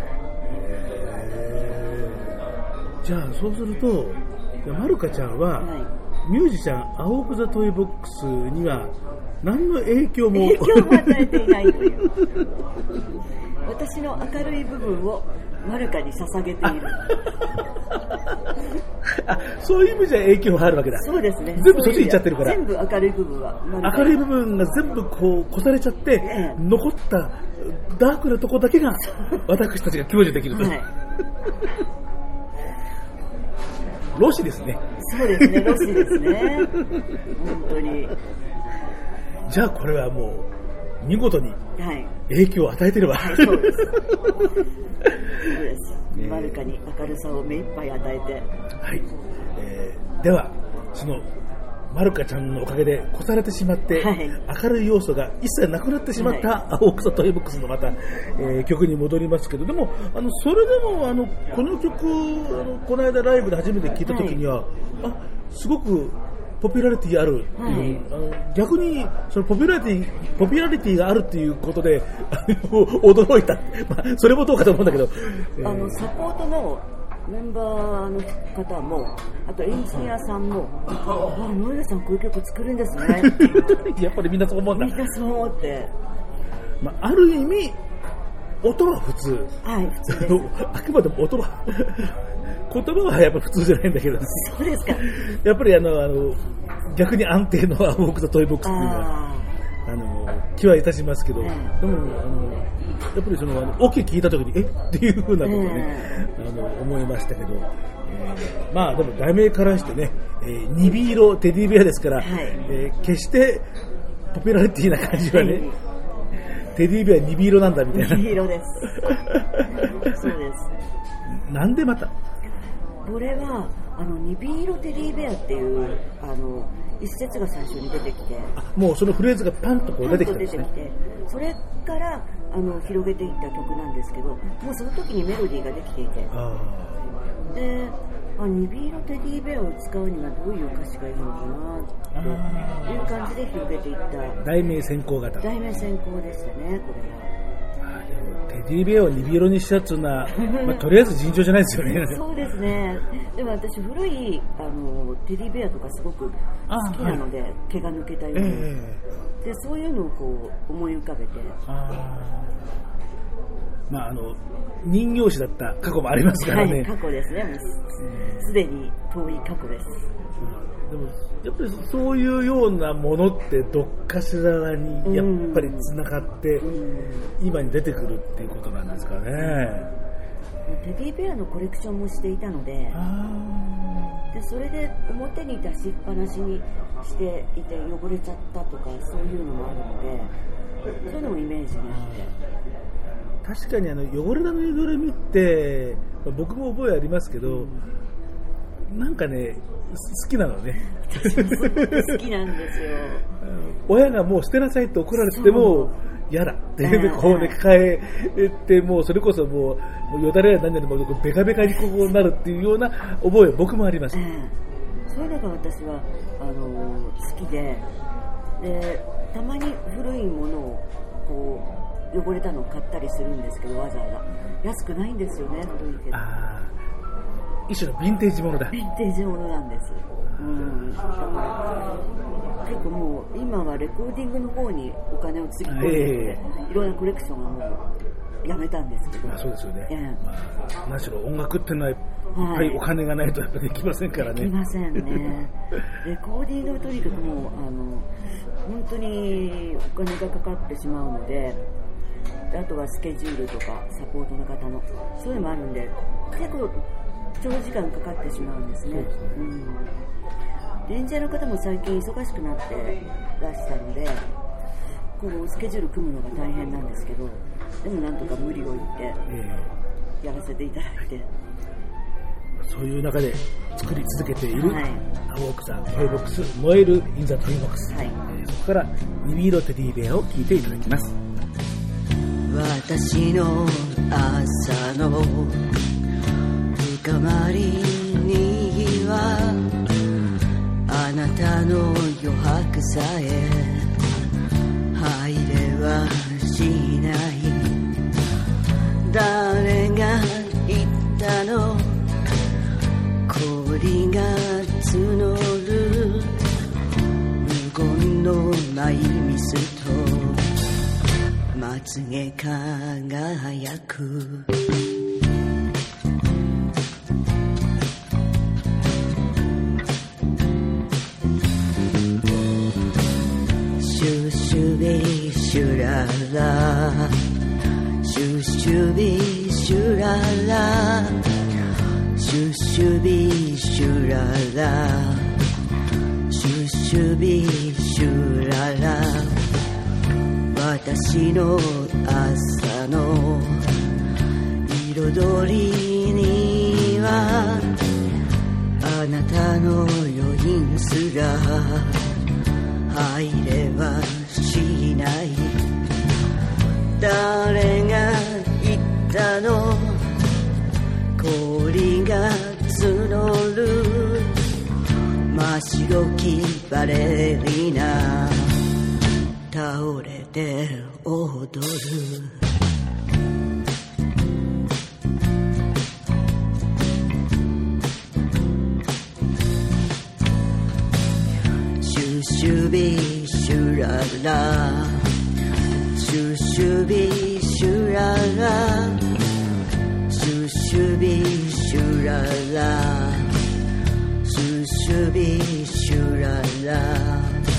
じゃあそうするとマルカちゃんは、ミュージシャン青く座トイボックスには何の影響も与えていないという私の明るい部分をマルカに捧げているそういう意味じゃ影響があるわけだ。 そうですね。 全部そっちに行っちゃってるから。 全部明るい部分は明るい部分が全部こう越されちゃって、残ったダークなとこだけが私たちが享受できると、はい、ロシですね。 そうですね、ロシですね。本当に。 じゃあこれはもう見事に影響を与えてるわ、 はい、そうです。そうです。マルカに明るさを目いっぱい与えて。 はい。ではそのマルカちゃんのおかげで越されてしまって、はい、明るい要素が一切なくなってしまった、はい、青草トイボックスのまた、曲に戻りますけど、でもそれでもこの曲この間ライブで初めて聴いた時には、はい、すごくポピュラリティあるっていう、はい、逆にそのポピュラリティがあるっていうことで驚いた、まあ、それもどうかと思うんだけど、 サポートのメンバーの方も、あとエンジニアさんも、野上さんこういう曲作るんですねやっぱりみんなそう思うんだ。 みんなそう思って、 まあ、ある意味音は普通、 はい、普通ですあくまでも音は言葉はやっぱり普通じゃないんだけど、 そうですか。 やっぱり逆に安定の青草トイボックスっていうのは気はいたしますけど、でもやっぱりそのオケ聞いた時にっていう風なことをね、思いましたけど、まあでも題名からしてね、ニビ色テディベアですから、はい、決してポピュラリティな感じはね、テディベアニビ色なんだみたいな。 ニビ色ですそうです。 なんでまたこれはニビ色テディベアっていう一節が最初に出てきて、 もうそのフレーズがパンとこう出てきたんですね。 それから広げていった曲なんですけど、もうその時にメロディーができていて、でニビ色テディベアを使うにはどういう歌詞がいいのかなっていう感じで広げていった題名先行型。 題名先行でしたね、これは。 テディベアをニビ色にしたっていうのは、まあ、とりあえず尋常じゃないですよね。 そうですね。でも私古いテディベアとかすごく好きなので、はい、毛が抜けたように、でそういうのをこう思い浮かべて、 まあ人形師だった過去もありますからね。 はい、過去ですね。もうすでに遠い過去です。 でもやっぱりそういうようなものってどっかしらにやっぱりつながって今に出てくるっていうことなんですかね。 テディベアのコレクションもしていたので、それで表に出しっぱなしにしていて汚れちゃったとかそういうのもあるので、そういうのもイメージにあって、 確かに汚れたぬいぐるみって僕も覚えありますけど、なんかね好きなのね。 私もすごく好きなんですよ。 親がもう捨てなさいって怒られても嫌だってこうね変えて、もうそれこそもうよだれや何でもベカベカにこうなるっていうような覚え僕もあります。 そういうのが私は好きで、たまに古いものをこう汚れたのを買ったりするんですけど、わざわざ安くないんですよね、古いけど。 一種のヴィンテージものだ。 ヴィンテージものなんです。だから結構もう今はレコーディングの方にお金をつぎ込んで、いろんなコレクションはもうやめたんですけど。 そうですよね。何しろ音楽ってのはやっぱりお金がないとやっぱりできませんからね。 できませんね。レコーディングはとにかくもう本当にお金がかかってしまうので、あとはスケジュールとかサポートの方のそういうのもあるんで、結構長時間かかってしまうんですね。エンジニアの方も最近忙しくなってらしたので、こうスケジュール組むのが大変なんですけど、でもなんとか無理を言ってやらせていただいて、 そういう中で作り続けている青草トイボックス燃えるインザトイボックス、そこからニビ色テディベアを聴いていただきます。 私の朝の深まりにはあなたの余白さえ入れはしない。誰が言ったの、氷が募る無言のマイミスとまつげ輝く。シュシュベシュララシュシュビシュララシュシュビシュララシュシュビシュララ私の朝の彩りにはあなたの余韻すら入れはしない誰が言ったの氷が募る真っ白きバレリーナ倒れて踊るシュシュビシュララシュシュビシュララシュシュビシュララシュシュビシュララ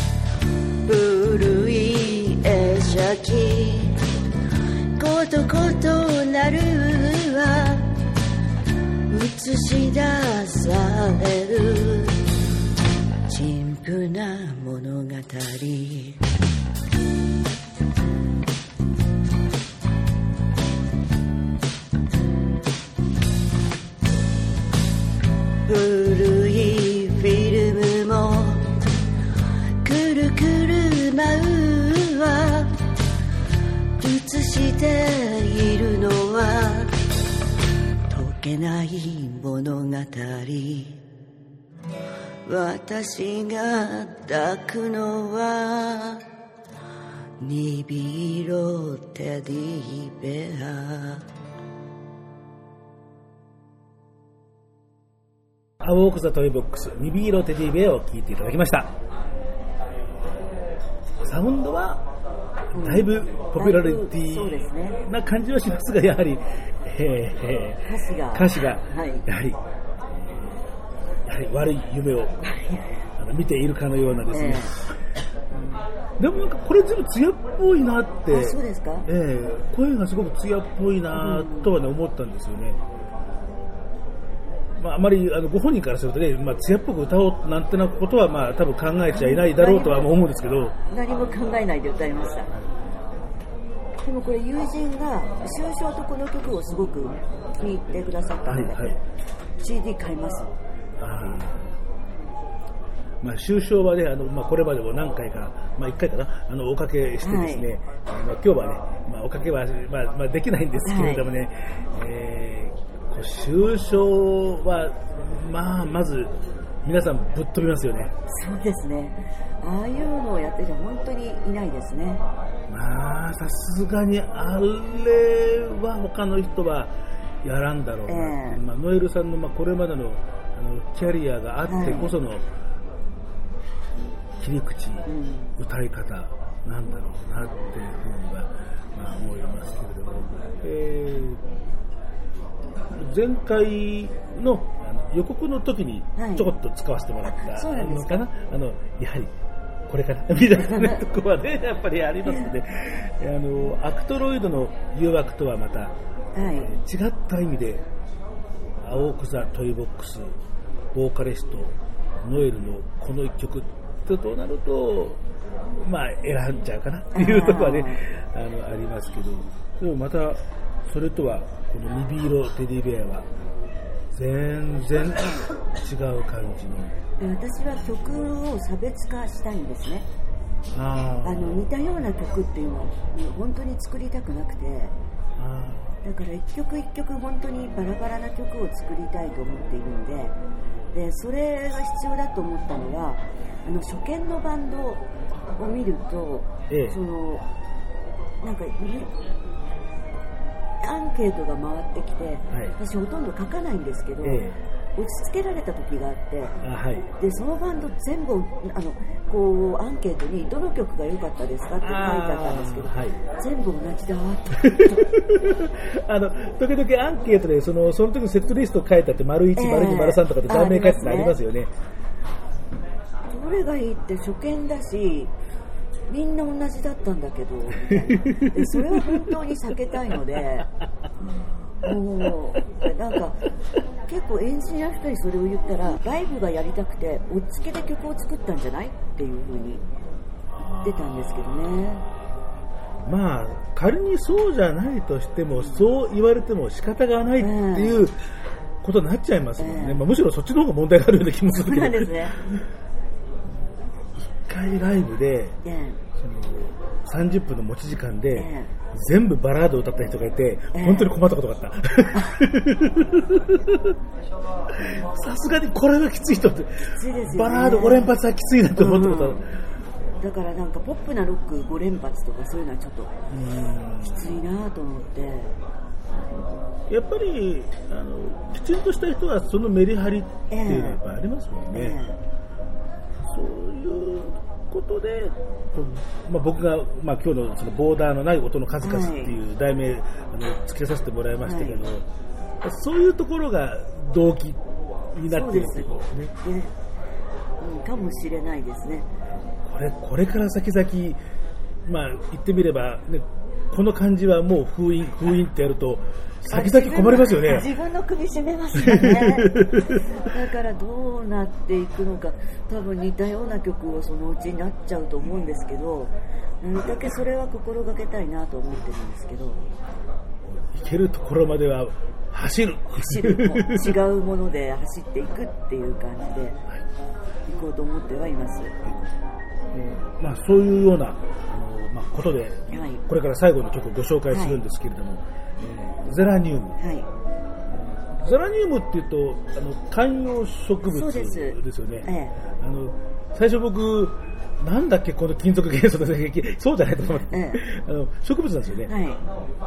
古い絵写機ことことなるは映し出される陳腐な物語古いフィルムもくるくる舞うは映しているのは解けない物語私が抱くのはにび色テディベア青奥座トイボックスニビーロテディベアを聴いていただきました。サウンドはだいぶポピュラリティな感じはしますが、やはり、歌詞がやはり悪い夢を見ているかのようなですね、でもなんかこれ全部艶っぽいなって、 そうですか、 声がすごく艶っぽいなとはね思ったんですよね。あまりご本人からするとね、艶っぽく歌おうなんてなことは多分考えちゃいないだろうとは思うんですけど、 何も考えないで歌いました。でもこれ友人が終章とこの曲をすごく気に入ってくださったので、CD 買います。 終章はねこれまでも何回か、1回かなおかけしてですね、今日はね、おかけは、できないんですけれどもね、終章はまず皆さんぶっ飛びますよね。 そうですね、ああいうのをやってる人は本当にいないですね。 さすがにあれは他の人はやらんだろうな、ノエルさんのこれまでのキャリアがあってこその切り口、歌い方なんだろうなっていうふうには思いますけれども、前回の予告の時にちょこっと使わせてもらったのかな、やはりこれかなみたいなとこはねやっぱりありますので、アクトロイドの誘惑とはまた、違った意味で青奥座トイボックスボーカリストノエルのこの一曲となると選んじゃうかなっていうところはねありますけど、でもまたそれとはこのニビーロテディベアは全然違う感じの。 私は曲を差別化したいんですね。似たような曲っていうのは本当に作りたくなくて、だから一曲一曲本当にバラバラな曲を作りたいと思っているので、それが必要だと思ったのは初見のバンドを見ると、なんかアンケートが回ってきて、私ほとんど書かないんですけど、落ち着けられた時があって、でそのバンド全部こうアンケートにどの曲が良かったですかって書いてあったんですけど、全部同じだわって時々アンケートでその時のセットリストを書いてあって丸1、丸2、丸3とかで題名書いてありますよね。 どれがいいって初見だし、 みんな同じだったんだけどでそれは本当に避けたいのでもうなんか結構エンジニアの人にそれを言ったらライブがやりたくておっつけで曲を作ったんじゃないっていう風に出たんですけどね。 まあ仮にそうじゃないとしてもそう言われても仕方がないっていうことになっちゃいますもんね、まあ、むしろそっちの方が問題があるような気もするけど。 そうなんですね。 1回ライブで、その30分の持ち時間で、全部バラードを歌った人がいて、本当に困ったことがあった。さすがにこれがきつい人って、 きついですよね、 バラード5連発はきついなと思ったこと、 だからなんかポップなロック5連発とかそういうのはちょっときついなと思って。 やっぱりきちんとした人はそのメリハリっていうのはやっぱありますもんね、そういうことで、まあ、僕が、まあ、今日のそのボーダーのない音の数々っていう題名付けさせてもらいましたけど、そういうところが動機になっているってことですね。 かもしれないですね。 これから先々、まあ、言ってみれば、ね、この感じはもう封印ってやると先々困りますよね。 自分の首絞めますよねだからどうなっていくのか、多分似たような曲をそのうちになっちゃうと思うんですけど、なるだけそれは心がけたいなと思ってるんですけど、 行けるところまでは走る違うもので走っていくっていう感じで行こうと思ってはいます。 まあ、そういうようなまあ、ことで、これから最後の曲をご紹介するんですけれども、ゼラニウム、ゼラニウムっていうと観葉植物ですよね。最初僕なんだっけこの金属元素の刺激、そうじゃないと思って、植物なんですよね、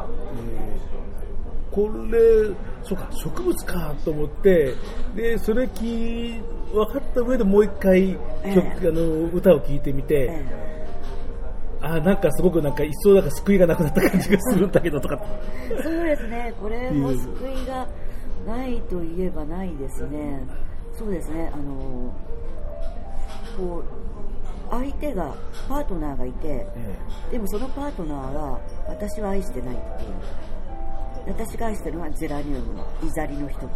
これそうか植物かと思って、でそれ分かった上でもう一回歌を聴いてみて、なんかすごくなんか一層なんか救いがなくなった感じがするんだけどとかそうですね、これも救いがないといえばないですね。そうですね、こう相手がパートナーがいて、でもそのパートナーは私は愛してないっていう、私が愛してるのはゼラニウムのイザリの人。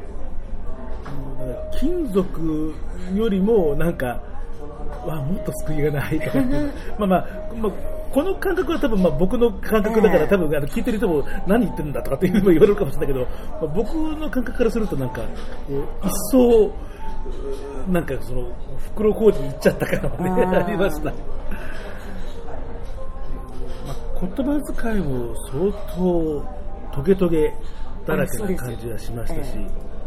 金属よりもなんかもっと救いがないとかまあこの感覚は多分僕の感覚だから多分聞いてる人も何言ってるんだとかっていうのも言われるかもしれないけど、僕の感覚からするとなんか一層なんかその袋小路に行っちゃった感がねありました。言葉遣いも相当トゲトゲだらけな感じがしましたし、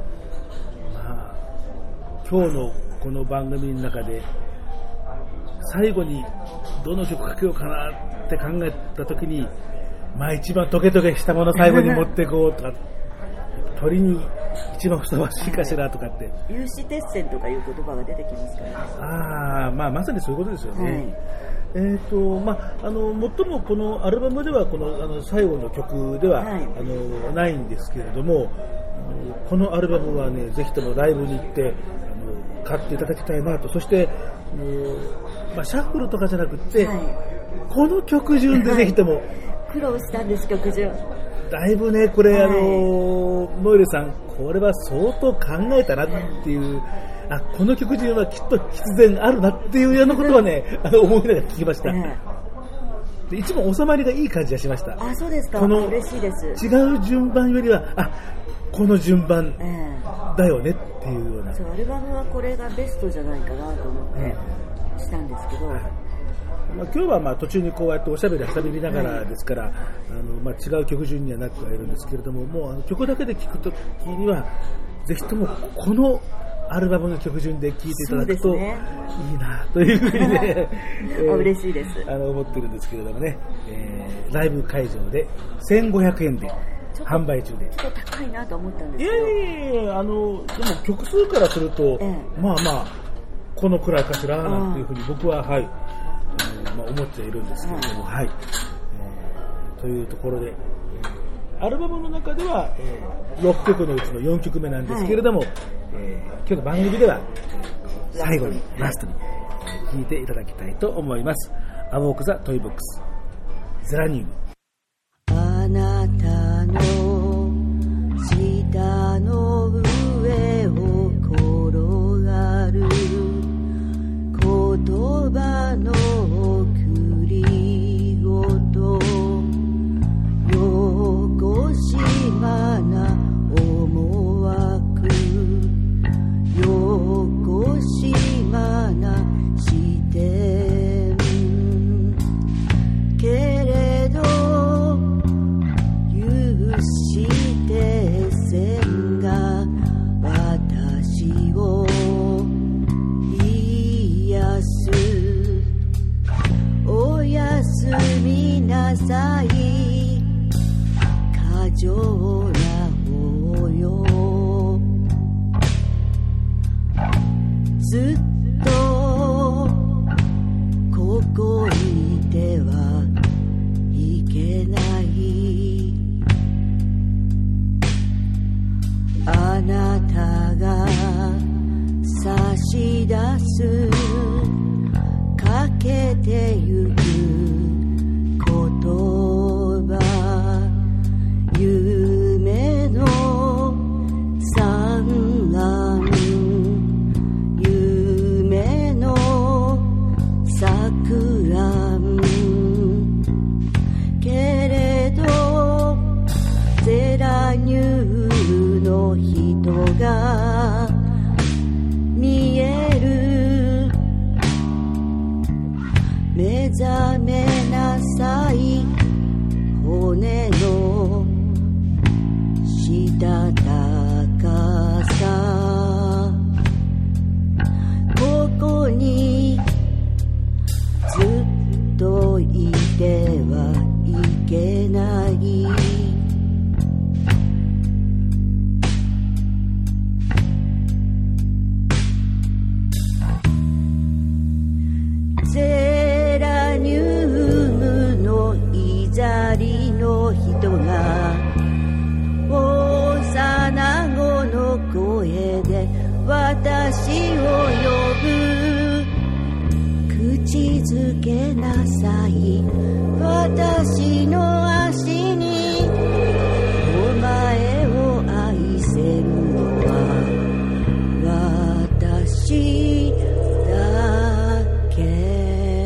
今日のこの番組の中で最後にどの曲かけようかなって考えたときに、一番トゲトゲしたもの最後に持っていこうとか鳥に一番ふさわしいかしらとかって有刺鉄線とかいう言葉が出てきますからね。 まさにそういうことですよね。最もこのアルバムではこの最後の曲では、ないんですけれども、このアルバムはねぜひともライブに行って買っていただきたいなと。そしてシャッフルとかじゃなくて、この曲順でぜひとも、 苦労したんです、曲順だいぶねこれ、ノエルさんこれは相当考えたなっていう、この曲順はきっと必然あるなっていうようなことはね思いながら聞きました。で一番収まりがいい感じがしました。 そうですか。 この嬉しいです。 違う順番よりはこの順番だよねっていうような、 アルバムはこれがベストじゃないかなと思ってしたんですけど、 今日は途中にこうやっておしゃべりりながらですから、違う曲順にはなってはいるんですけれども、もう曲だけで聴くときにはぜひともこのアルバムの曲順で聴いていただくといいなというふうにね嬉しいです思ってるんですけれどもね、ライブ会場で1500円で販売中で、 ちょっと高いなと思ったんですけど、 でも曲数からすると、このくらいかしらなんていうふうに僕は思っているんですけれども、というところで、アルバムの中では、6曲のうちの4曲目なんですけれども、今日の番組では最後にラストに聴いていただきたいと思います。アウォークザトイブックス、ゼラニウム。 あなたの舌の上を転がる言葉の繰りごと、よこしまな思惑、よこしまな視点、けれど有して線が私を癒す。おやすみなさい過剰な抱擁、ずっとここにいてはいけない。あなたが差し出すかけてゆく言葉、夢の産卵、夢の錯乱、けれどゼラニウムの人が見える。目覚めなさい骨のしたたかさ、ここにずっといてはいけない。ゼラニウムのいざりの人が幼子の声で私を呼ぶ。口づけなさい私の足に、お前を愛せるのは私だけ。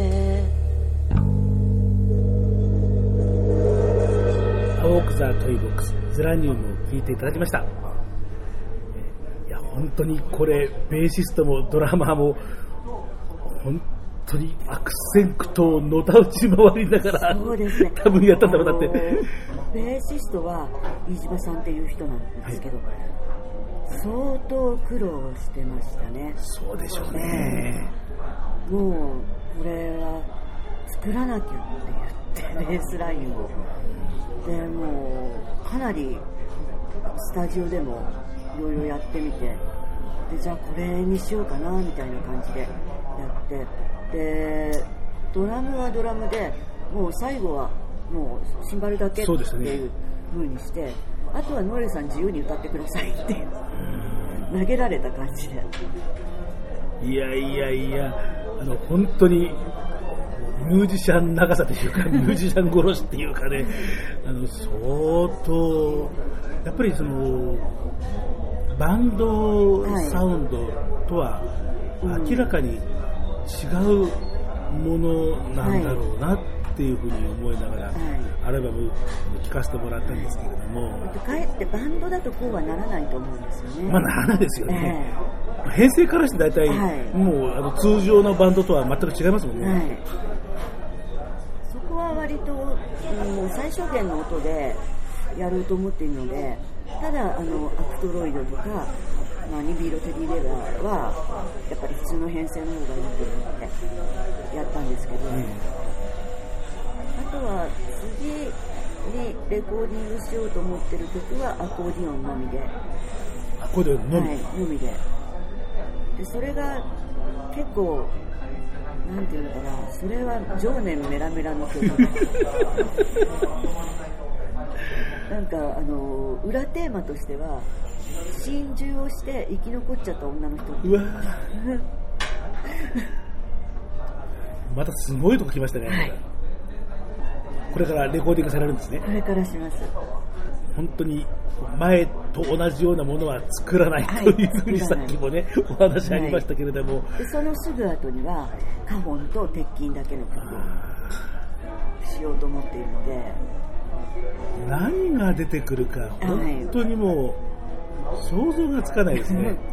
アウォークザトイボックス、ゼラニウムを聴いていただきました。いや本当にこれベーシストもドラマーも本当に悪戦苦闘、のたうち回りながら、 そうですね、 多分やったんだろうなって。 ベーシストは飯島さんっていう人なんですけど、はい、相当苦労してましたね。 そうでしょうね。 もうこれは作らなきゃって言ってベースラインをで、もうかなりスタジオでもいろいろやってみて、でじゃあこれにしようかなみたいな感じでやって、でドラムはドラムでもう最後はもうシンバルだけっていう風にして、あとはノエルさん自由に歌ってくださいって投げられた感じで、 いやいやいや、本当にミュージシャン長さというかミュージシャン殺しっていうかね、相当やっぱりそのバンドサウンドとは明らかに違うものなんだろうなっていうふうに思いながら、アルバム聴かせてもらったんですけれども、 かえってバンドだとこうはならないと思うんですよね。 まあならないですよね。編成からして大体、もう通常のバンドとは全く違いますもんね。 そこは割ともう最小限の音でやろうと思っているので、ただアクトロイドとか、ニビーロテディレバーはやっぱり普通の編成の方がいいと思ってやったんですけど、あとは次にレコーディングしようと思ってる曲はアコーディオンのみで、 アコーディオンのみ、 のみで、それが結構なんていうのかな、それは情念メラメラの曲なんか裏テーマとしては心中をして生き残っちゃった女の人、 うわまたすごいとこ来ましたね、 はい、 これからレコーディングされるんですね。 これからします。 本当に前と同じようなものは作らないというふうにさっきもねお話ありましたけれども、 でそのすぐ後にはカホンと鉄筋だけの曲をしようと思っているので、 何が出てくるか本当にもう想像がつかないですね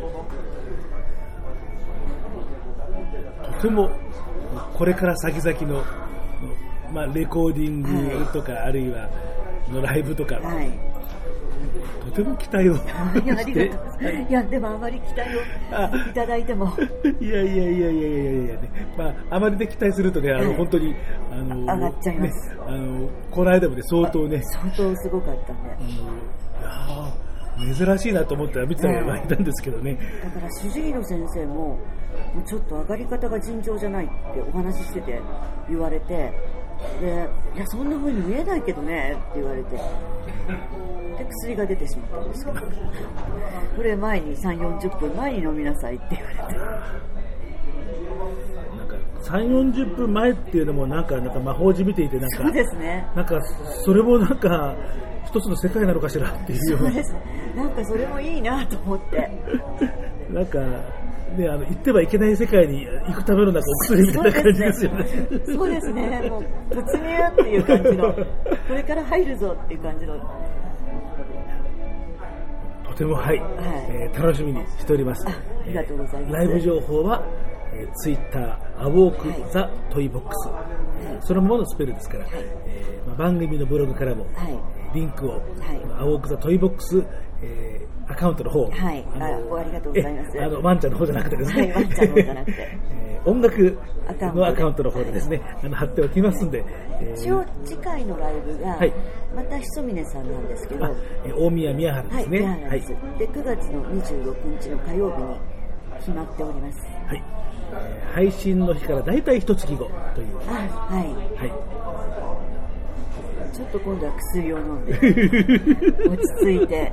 とてもこれから先々の、まあ、レコーディングとか、あるいはのライブとか、とても期待をしていやでもあまり期待をいただいてもいや、ね、まあ、あまりで期待するとね、本当に上がっちゃいます、 ね、この間もね相当すごかったんで、 いや珍しいなと思って見てたらいたんですけどね、 だから主治医の先生もちょっと上がり方が尋常じゃないってお話ししてて言われて、でいやそんな風に見えないけどねって言われて、で薬が出てしまったんですけどこれ前に 3,40 分前に飲みなさいって言われて、 なんか 3,40 分前っていうのもなんか魔法じみていて、なんかそうですね、 なんかそれもなんか一つの世界なのかしらっていうような、 そうです、なんかそれもいいなと思ってなんかね、行ってはいけない世界に行くためのなんかお薬みたいな感じですよね。 そうですね、もう突入っていう感じの、これから入るぞっていう感じの。 とても楽しみにしております。 ありがとうございます。 ライブ情報は、ツイッターアウォークザトイボックス、そのままのスペルですから、番組のブログからも、リンクを、アウォークザトイボックス、アカウントの方、 ありがとうございます。 ワンちゃんの方じゃなくてですね、 ワンちゃんの方じゃなくて音楽のアカウントの方でですね、貼っておきますんで、 一応次回のライブが、またひそみねさんなんですけど、 大宮宮原ですね、 宮原です、で9月の26日の火曜日に決まっております。 配信の日からだいたい1月後という、 ちょっと今度は薬を飲んで落ち着いて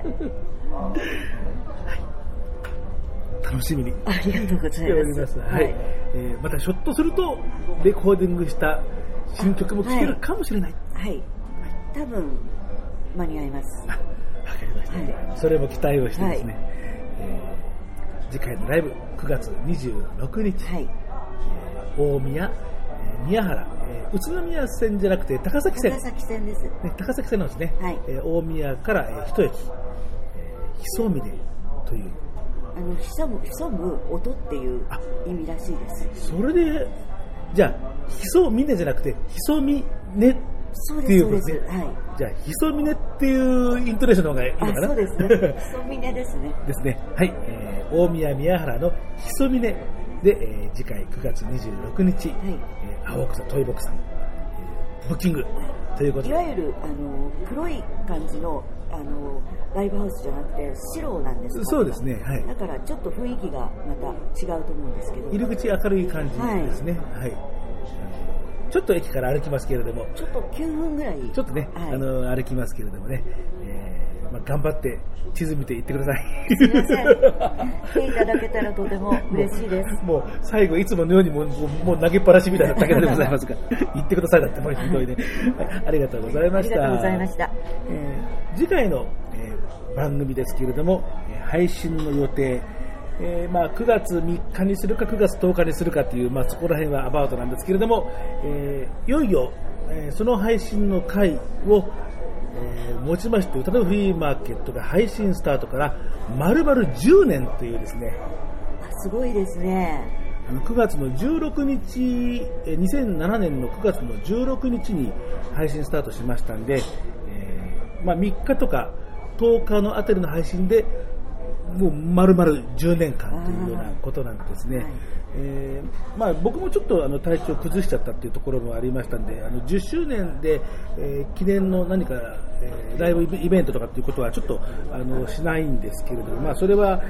楽しみにありがとうございます。 またひょっとするとレコーディングした新曲も聴けるかもしれない。 多分間に合います。 わかりました、それも期待をしてですね、次回のライブ9月26日、大宮宮原、宇都宮線じゃなくて高崎線、 高崎線です、 高崎線なんですね、大宮から一駅、ひそみねという潜む音っていう意味らしいです。 それでじゃあひそみねじゃなくてひそみねっていうことですね。じゃあひそみねっていうイントネーションの方がいいのかな。 そうですね、ひそみねですね。 ですね。大宮宮原のひそみねで、次回9月26日、アウォークザトイボックスさん、ブッキングということで、 いわゆる黒い感じのライブハウスじゃなくて白なんです。 そうですね、 だからちょっと雰囲気がまた違うと思うんですけど、 入り口明るい感じですね。ちょっと駅から歩きますけれども、 ちょっと9分ぐらいちょっとね、歩きますけれどもね、頑張って地図見て行ってください。 すいません。来ていただけたらとても嬉しいです。 もう最後いつものようにもう投げっぱなしみたいなだけでございますが、行ってくださいだってもうひどいね。ありがとうございました。 ありがとうございました。 次回の、番組ですけれども、配信の予定、9月3日にするか9月10日にするかという、そこら辺はアバウトなんですけれども、いよいよ、その配信の回を持ちまして、歌のフリーマーケットが配信スタートから丸々10年というですね、 すごいですね。 9月の16日、2007年の9月の16日に配信スタートしましたんで、3日とか10日のあたりの配信でもう丸々10年間というようなことなんですね。僕もちょっと体調を崩しちゃったっていうところもありましたんで、10周年で、記念の何か、ライブイベントとかっていうことはちょっとしないんですけれども、それは、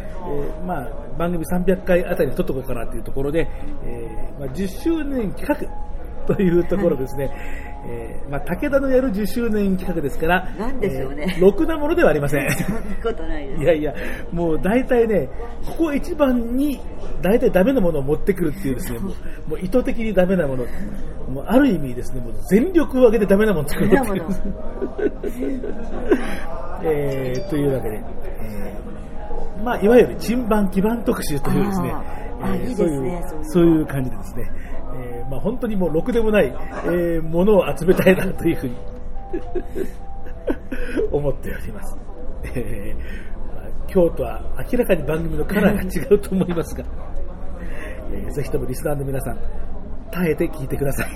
番組300回あたりに撮っとこうかなというところで、10周年企画というところですね。武田のやる10周年企画ですから、 なんでしょうね。 ろくなものではありません。 そんなことないです。 いやいや、もう大体ね、ここ一番に大体ダメなものを持ってくるっていうですね、もう意図的にダメなもの、もうある意味ですね、もう全力を挙げてダメなものを作ろうっていう。というわけで、いわゆる珍版基盤特集というですね、そういう感じでですね、本当にもうろくでもない、ものを集めたいなというふうに思っております。今日とは明らかに番組のカラーが違うと思いますが、ぜひともリスナーの皆さん耐えて聞いてください。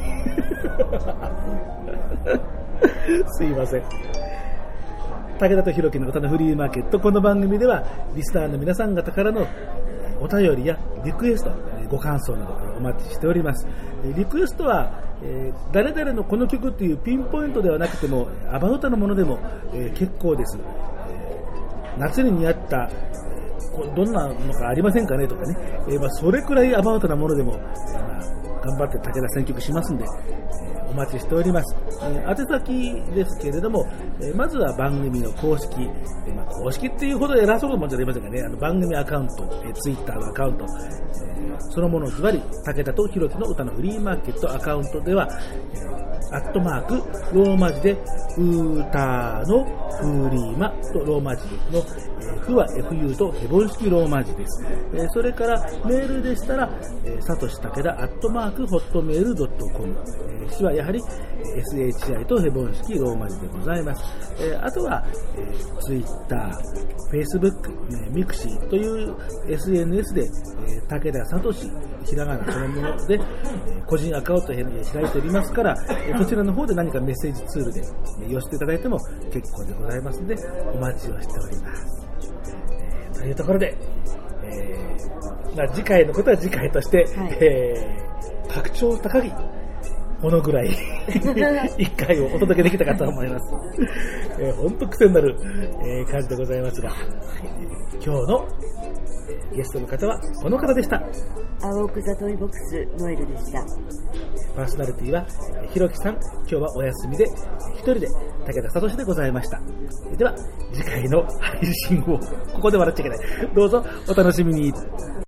すいません。武田と弘樹の歌のフリーマーケット、この番組ではリスナーの皆さん方からのお便りやリクエスト、ご感想などお待ちしております。リクエストは、誰々のこの曲っていうピンポイントではなくてもアバウトなものでも、結構です。夏に似合ったどんなのかありませんかねとかね、それくらいアバウトなものでも、頑張って武田選曲しますんで、お待ちしております。宛先ですけれども、まずは番組の公式、公式っていうほど偉そうなもんじゃありませんがね、番組アカウント、ツイッターのアカウント、そのものをズバリ武田と弘樹の歌のフリーマーケットアカウントでは、アットマークローマ字で歌のフリーマとローマ字のフは FU とヘボン式ローマ字です。それからメールでしたらさとし武田アットマークホットメールドットコム、詩はやはり SHI とヘボン式ローマ字でございます。あとはツイッター、フェイスブック、ミクシーという SNS で武田聡、ひらがなそのもので個人アカウントを開いておりますから、そちらの方で何かメッセージツールで寄せていただいても結構でございますので、お待ちをしております。というところで、次回のことは次回として、拡張高木このぐらい1回をお届けできたかと思います。本当癖になる、感じでございますが、今日のゲストの方はこの方でした。 青奥座トイボックスノエルでした。 パーソナリティは弘樹さん、今日はお休みで一人で武田聡でございました。では次回の配信をここで笑っちゃいけない、どうぞお楽しみに。